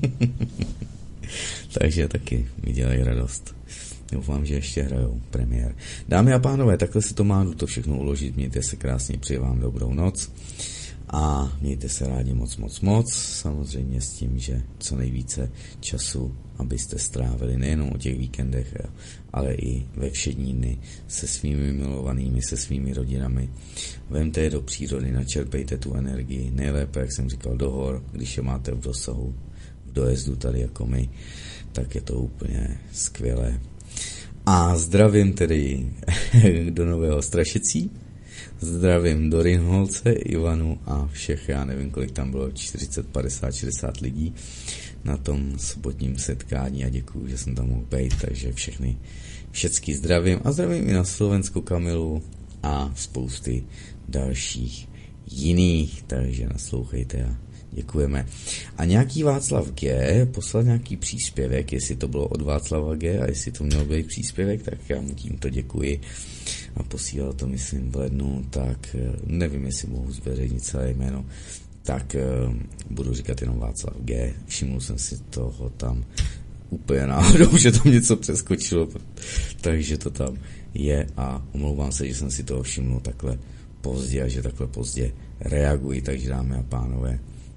Takže taky mi dělají radost. Doufám, že ještě hrajou premiér. Dámy a pánové, takhle se to má, jdu to všechno uložit, mějte se krásně, přeji vám dobrou noc a mějte se rádi moc, samozřejmě s tím, že co nejvíce času, abyste strávili nejenom o těch víkendech, ale i ve všední dny se svými milovanými, se svými rodinami. Vemte je do přírody, načerpejte tu energii, nejlépe, jak jsem říkal, do hor, když je máte v dosahu, v dojezdu tady jako my, tak je to úplně skvělé. A zdravím tedy do Nového Strašecí, zdravím do Rinholce, Ivanu a všech, já nevím, kolik tam bylo, 40, 50, 60 lidí na tom sobotním setkání a děkuju, že jsem tam mohl být, takže všecky zdravím a zdravím i na Slovensku Kamilu a spousty dalších jiných, takže naslouchejte a děkujeme. A nějaký Václav G. poslal nějaký příspěvek, jestli to bylo od Václava G. a jestli to měl být příspěvek, tak já mu tímto děkuji. A posílal to, myslím, v lednu, tak nevím, jestli mohu zveřejnit celé jméno, tak budu říkat jenom Václav G. Všiml jsem si toho tam úplně náhodou, že tam něco přeskočilo, takže to tam je a omlouvám se, že jsem si toho všiml takhle pozdě a že takhle pozdě reaguji, takže dámy a pánové,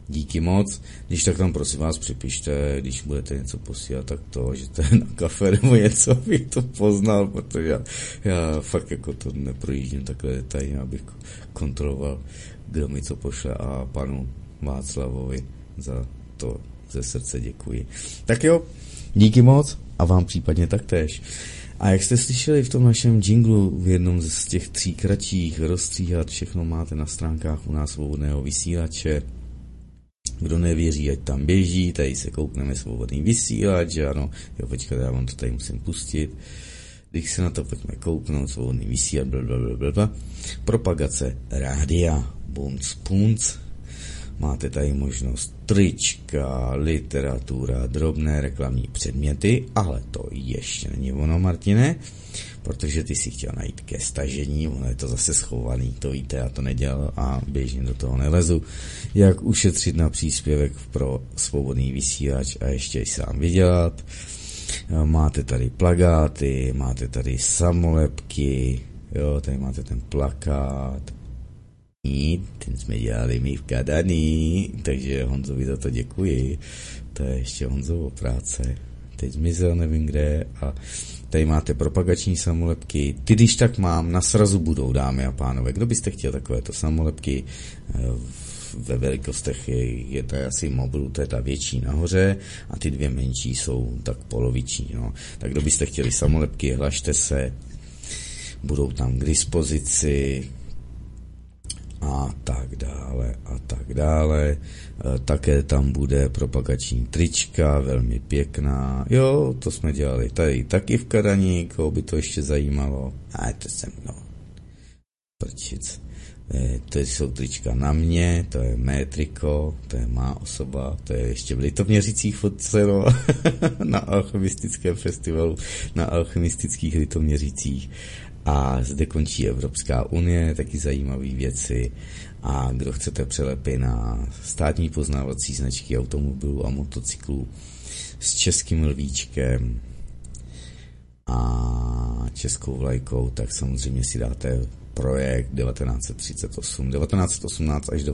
Díky moc. Když tak tam prosím vás připište, když budete něco posílat, tak to, že to je na kafe nebo něco, abych to poznal, protože já fakt jako to neprojíždím takhle detailně, abych kontroloval, kdo mi co pošle, a panu Václavovi za to ze srdce děkuji. Tak jo, díky moc a vám případně taktéž. A jak jste slyšeli v tom našem jinglu, v jednom z těch 3 kratších, rozstříhat, všechno máte na stránkách u nás Svobodného vysílače. Kdo nevěří, ať tam běží, tady se koukneme Svobodný vysílač, ano, jo, počkat, já vám to tady musím pustit. Když se na to pojďme kouknout, Svobodný vysílač, blablabla. Propagace rádia, bunc, punc. Máte tady možnost trička, literatura, drobné reklamní předměty, ale to ještě není ono, Martine, protože ty si chtěl najít ke stažení, ono je to zase schovaný, to víte, já to nedělal a běžně do toho nelezu. Jak ušetřit na příspěvek pro Svobodný vysílač a ještě sám vydělat. Máte tady plakáty, máte tady samolepky, jo, tady máte ten plakát, ten jsme dělali my v Kadaní, takže Honzovi za to děkuji, to je ještě Honzovo práce, teď zmizel nevím kde, a tady máte propagační samolepky, ty když tak mám, na srazu budou, dámy a pánové, kdo byste chtěl takovéto samolepky, ve velikostech je to asi Mobilu, to je ta větší nahoře a ty 2 menší jsou tak poloviční, no. Tak kdo byste chtěli samolepky, hlašte se, budou tam k dispozici, a tak dále, a tak dále. Také tam bude propagační trička, velmi pěkná. Jo, to jsme dělali tady taky v Kadaní, koho by to ještě zajímalo. A to jsem, no, prčic. To jsou trička na mě, to je mé triko, to je má osoba, to je ještě v Litoměřicích fotce, no, na alchemistickém festivalu, na alchemistických Litoměřicích. A zde končí Evropská unie, taky zajímavé věci. A kdo chcete přelepy na státní poznávací značky automobilů a motocyklů s českým lvíčkem a českou vlajkou, tak samozřejmě si dáte projekt 1918 až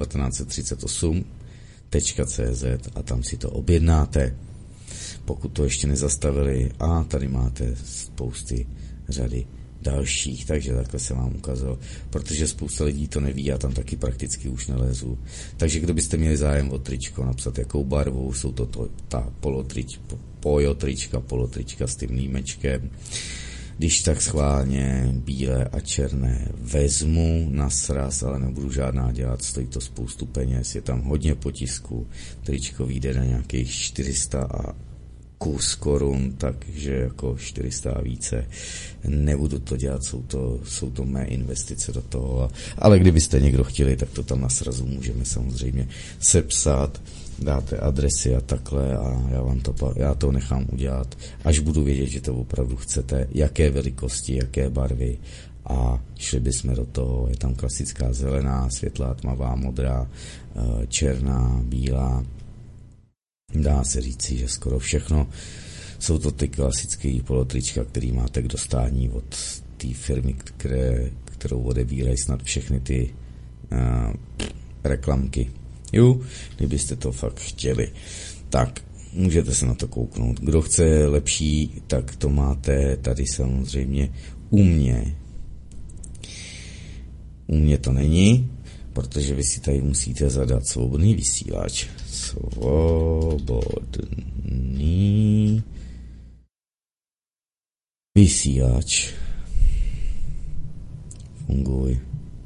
1938.cz a tam si to objednáte, pokud to ještě nezastavili. A tady máte spousty řady dalších, takže takhle se vám ukázal, protože spousta lidí to neví, já tam taky prakticky už nelezu. Takže kdo byste měli zájem o tričko, napsat jakou barvou, jsou to ta polotrička s tím límečkem. Když tak schválně bílé a černé vezmu na sraz, ale nebudu žádná dělat, stojí to spoustu peněz, je tam hodně potisku, tričko vyjde na nějakých 400 a kus korun, takže jako 400 a více. Nebudu to dělat, jsou to mé investice do toho, ale kdybyste někdo chtěli, tak to tam na srazu můžeme samozřejmě sepsat, dáte adresy a takhle a já to nechám udělat, až budu vědět, že to opravdu chcete, jaké velikosti, jaké barvy, a šli bychom do toho. Je tam klasická zelená, světlá, tmavá, modrá, černá, bílá. Dá se říci, že skoro všechno. Jsou to ty klasické polotrička, který máte k dostání od té firmy, kterou odebírají snad všechny ty reklamky. Jo, kdybyste to fakt chtěli, tak můžete se na to kouknout. Kdo chce lepší, tak to máte tady samozřejmě u mě. U mě to není, protože vy si tady musíte zadat Svobodný vysílač. Svobodný vysílač. Funguj.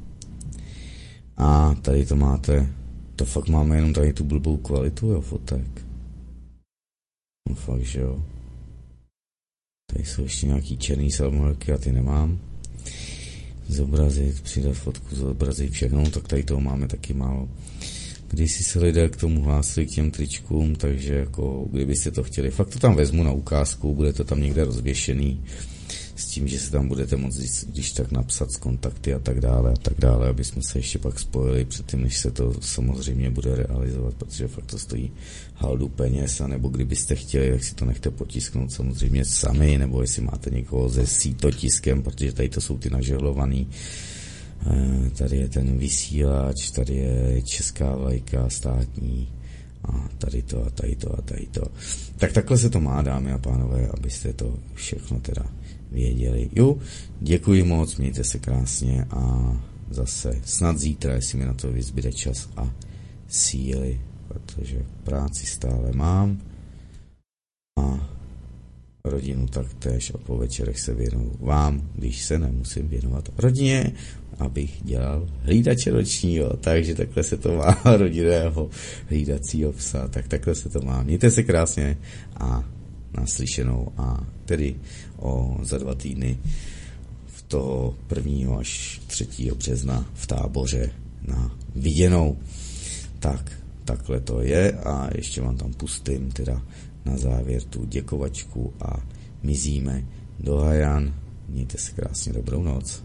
A tady to máte. To fakt máme jenom tady tu blbou kvalitu, jo, fotek. No fakt, že jo. Tady jsou ještě nějaký černý salmonelky a ty nemám. Zobrazit, přidat fotku, zobrazit všechno, tak tady toho máme taky málo. Když se lidé k tomu hlásili, k těm tričkům, takže jako kdybyste to chtěli, fakt to tam vezmu na ukázku, bude to tam někde rozvěšený, s tím, že se tam budete moct když tak napsat z kontakty a tak dále, aby jsme se ještě pak spojili předtím, než se to samozřejmě bude realizovat, protože fakt to stojí haldu peněz, anebo kdybyste chtěli, tak si to nechte potisknout samozřejmě sami, nebo jestli máte někoho se sítotiskem, protože tady to jsou ty nažehlovaný. Tady je ten vysílač, tady je česká vlajka státní, a tady to a tady to a tady to. Tak takhle se to má, dámy a pánové, abyste to všechno teda věděli. Jo, děkuji moc, mějte se krásně a zase snad zítra, jestli mi na to vyzbyde čas a síly, protože práci stále mám a rodinu taktéž a po večerech se věnuju vám, když se nemusím věnovat rodině, abych dělal hlídače ročního, takže takhle se to má rodinného hlídacího psa, tak takhle se to má. Mějte se krásně a naslyšenou a tedy za 2 týdny v toho 1. až 3. března v Táboře na viděnou. Tak, takhle to je a ještě vám tam pustím teda na závěr tu děkovačku a mizíme do Hajan. Mějte se krásně, dobrou noc.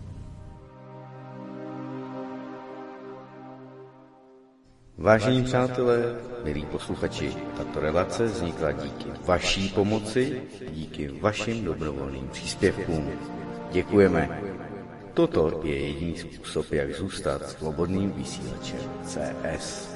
Vážení přátelé, milí posluchači, tato relace vznikla díky vaší pomoci, díky vašim dobrovolným příspěvkům. Děkujeme. Toto je jediný způsob, jak zůstat svobodným vysílačem CS.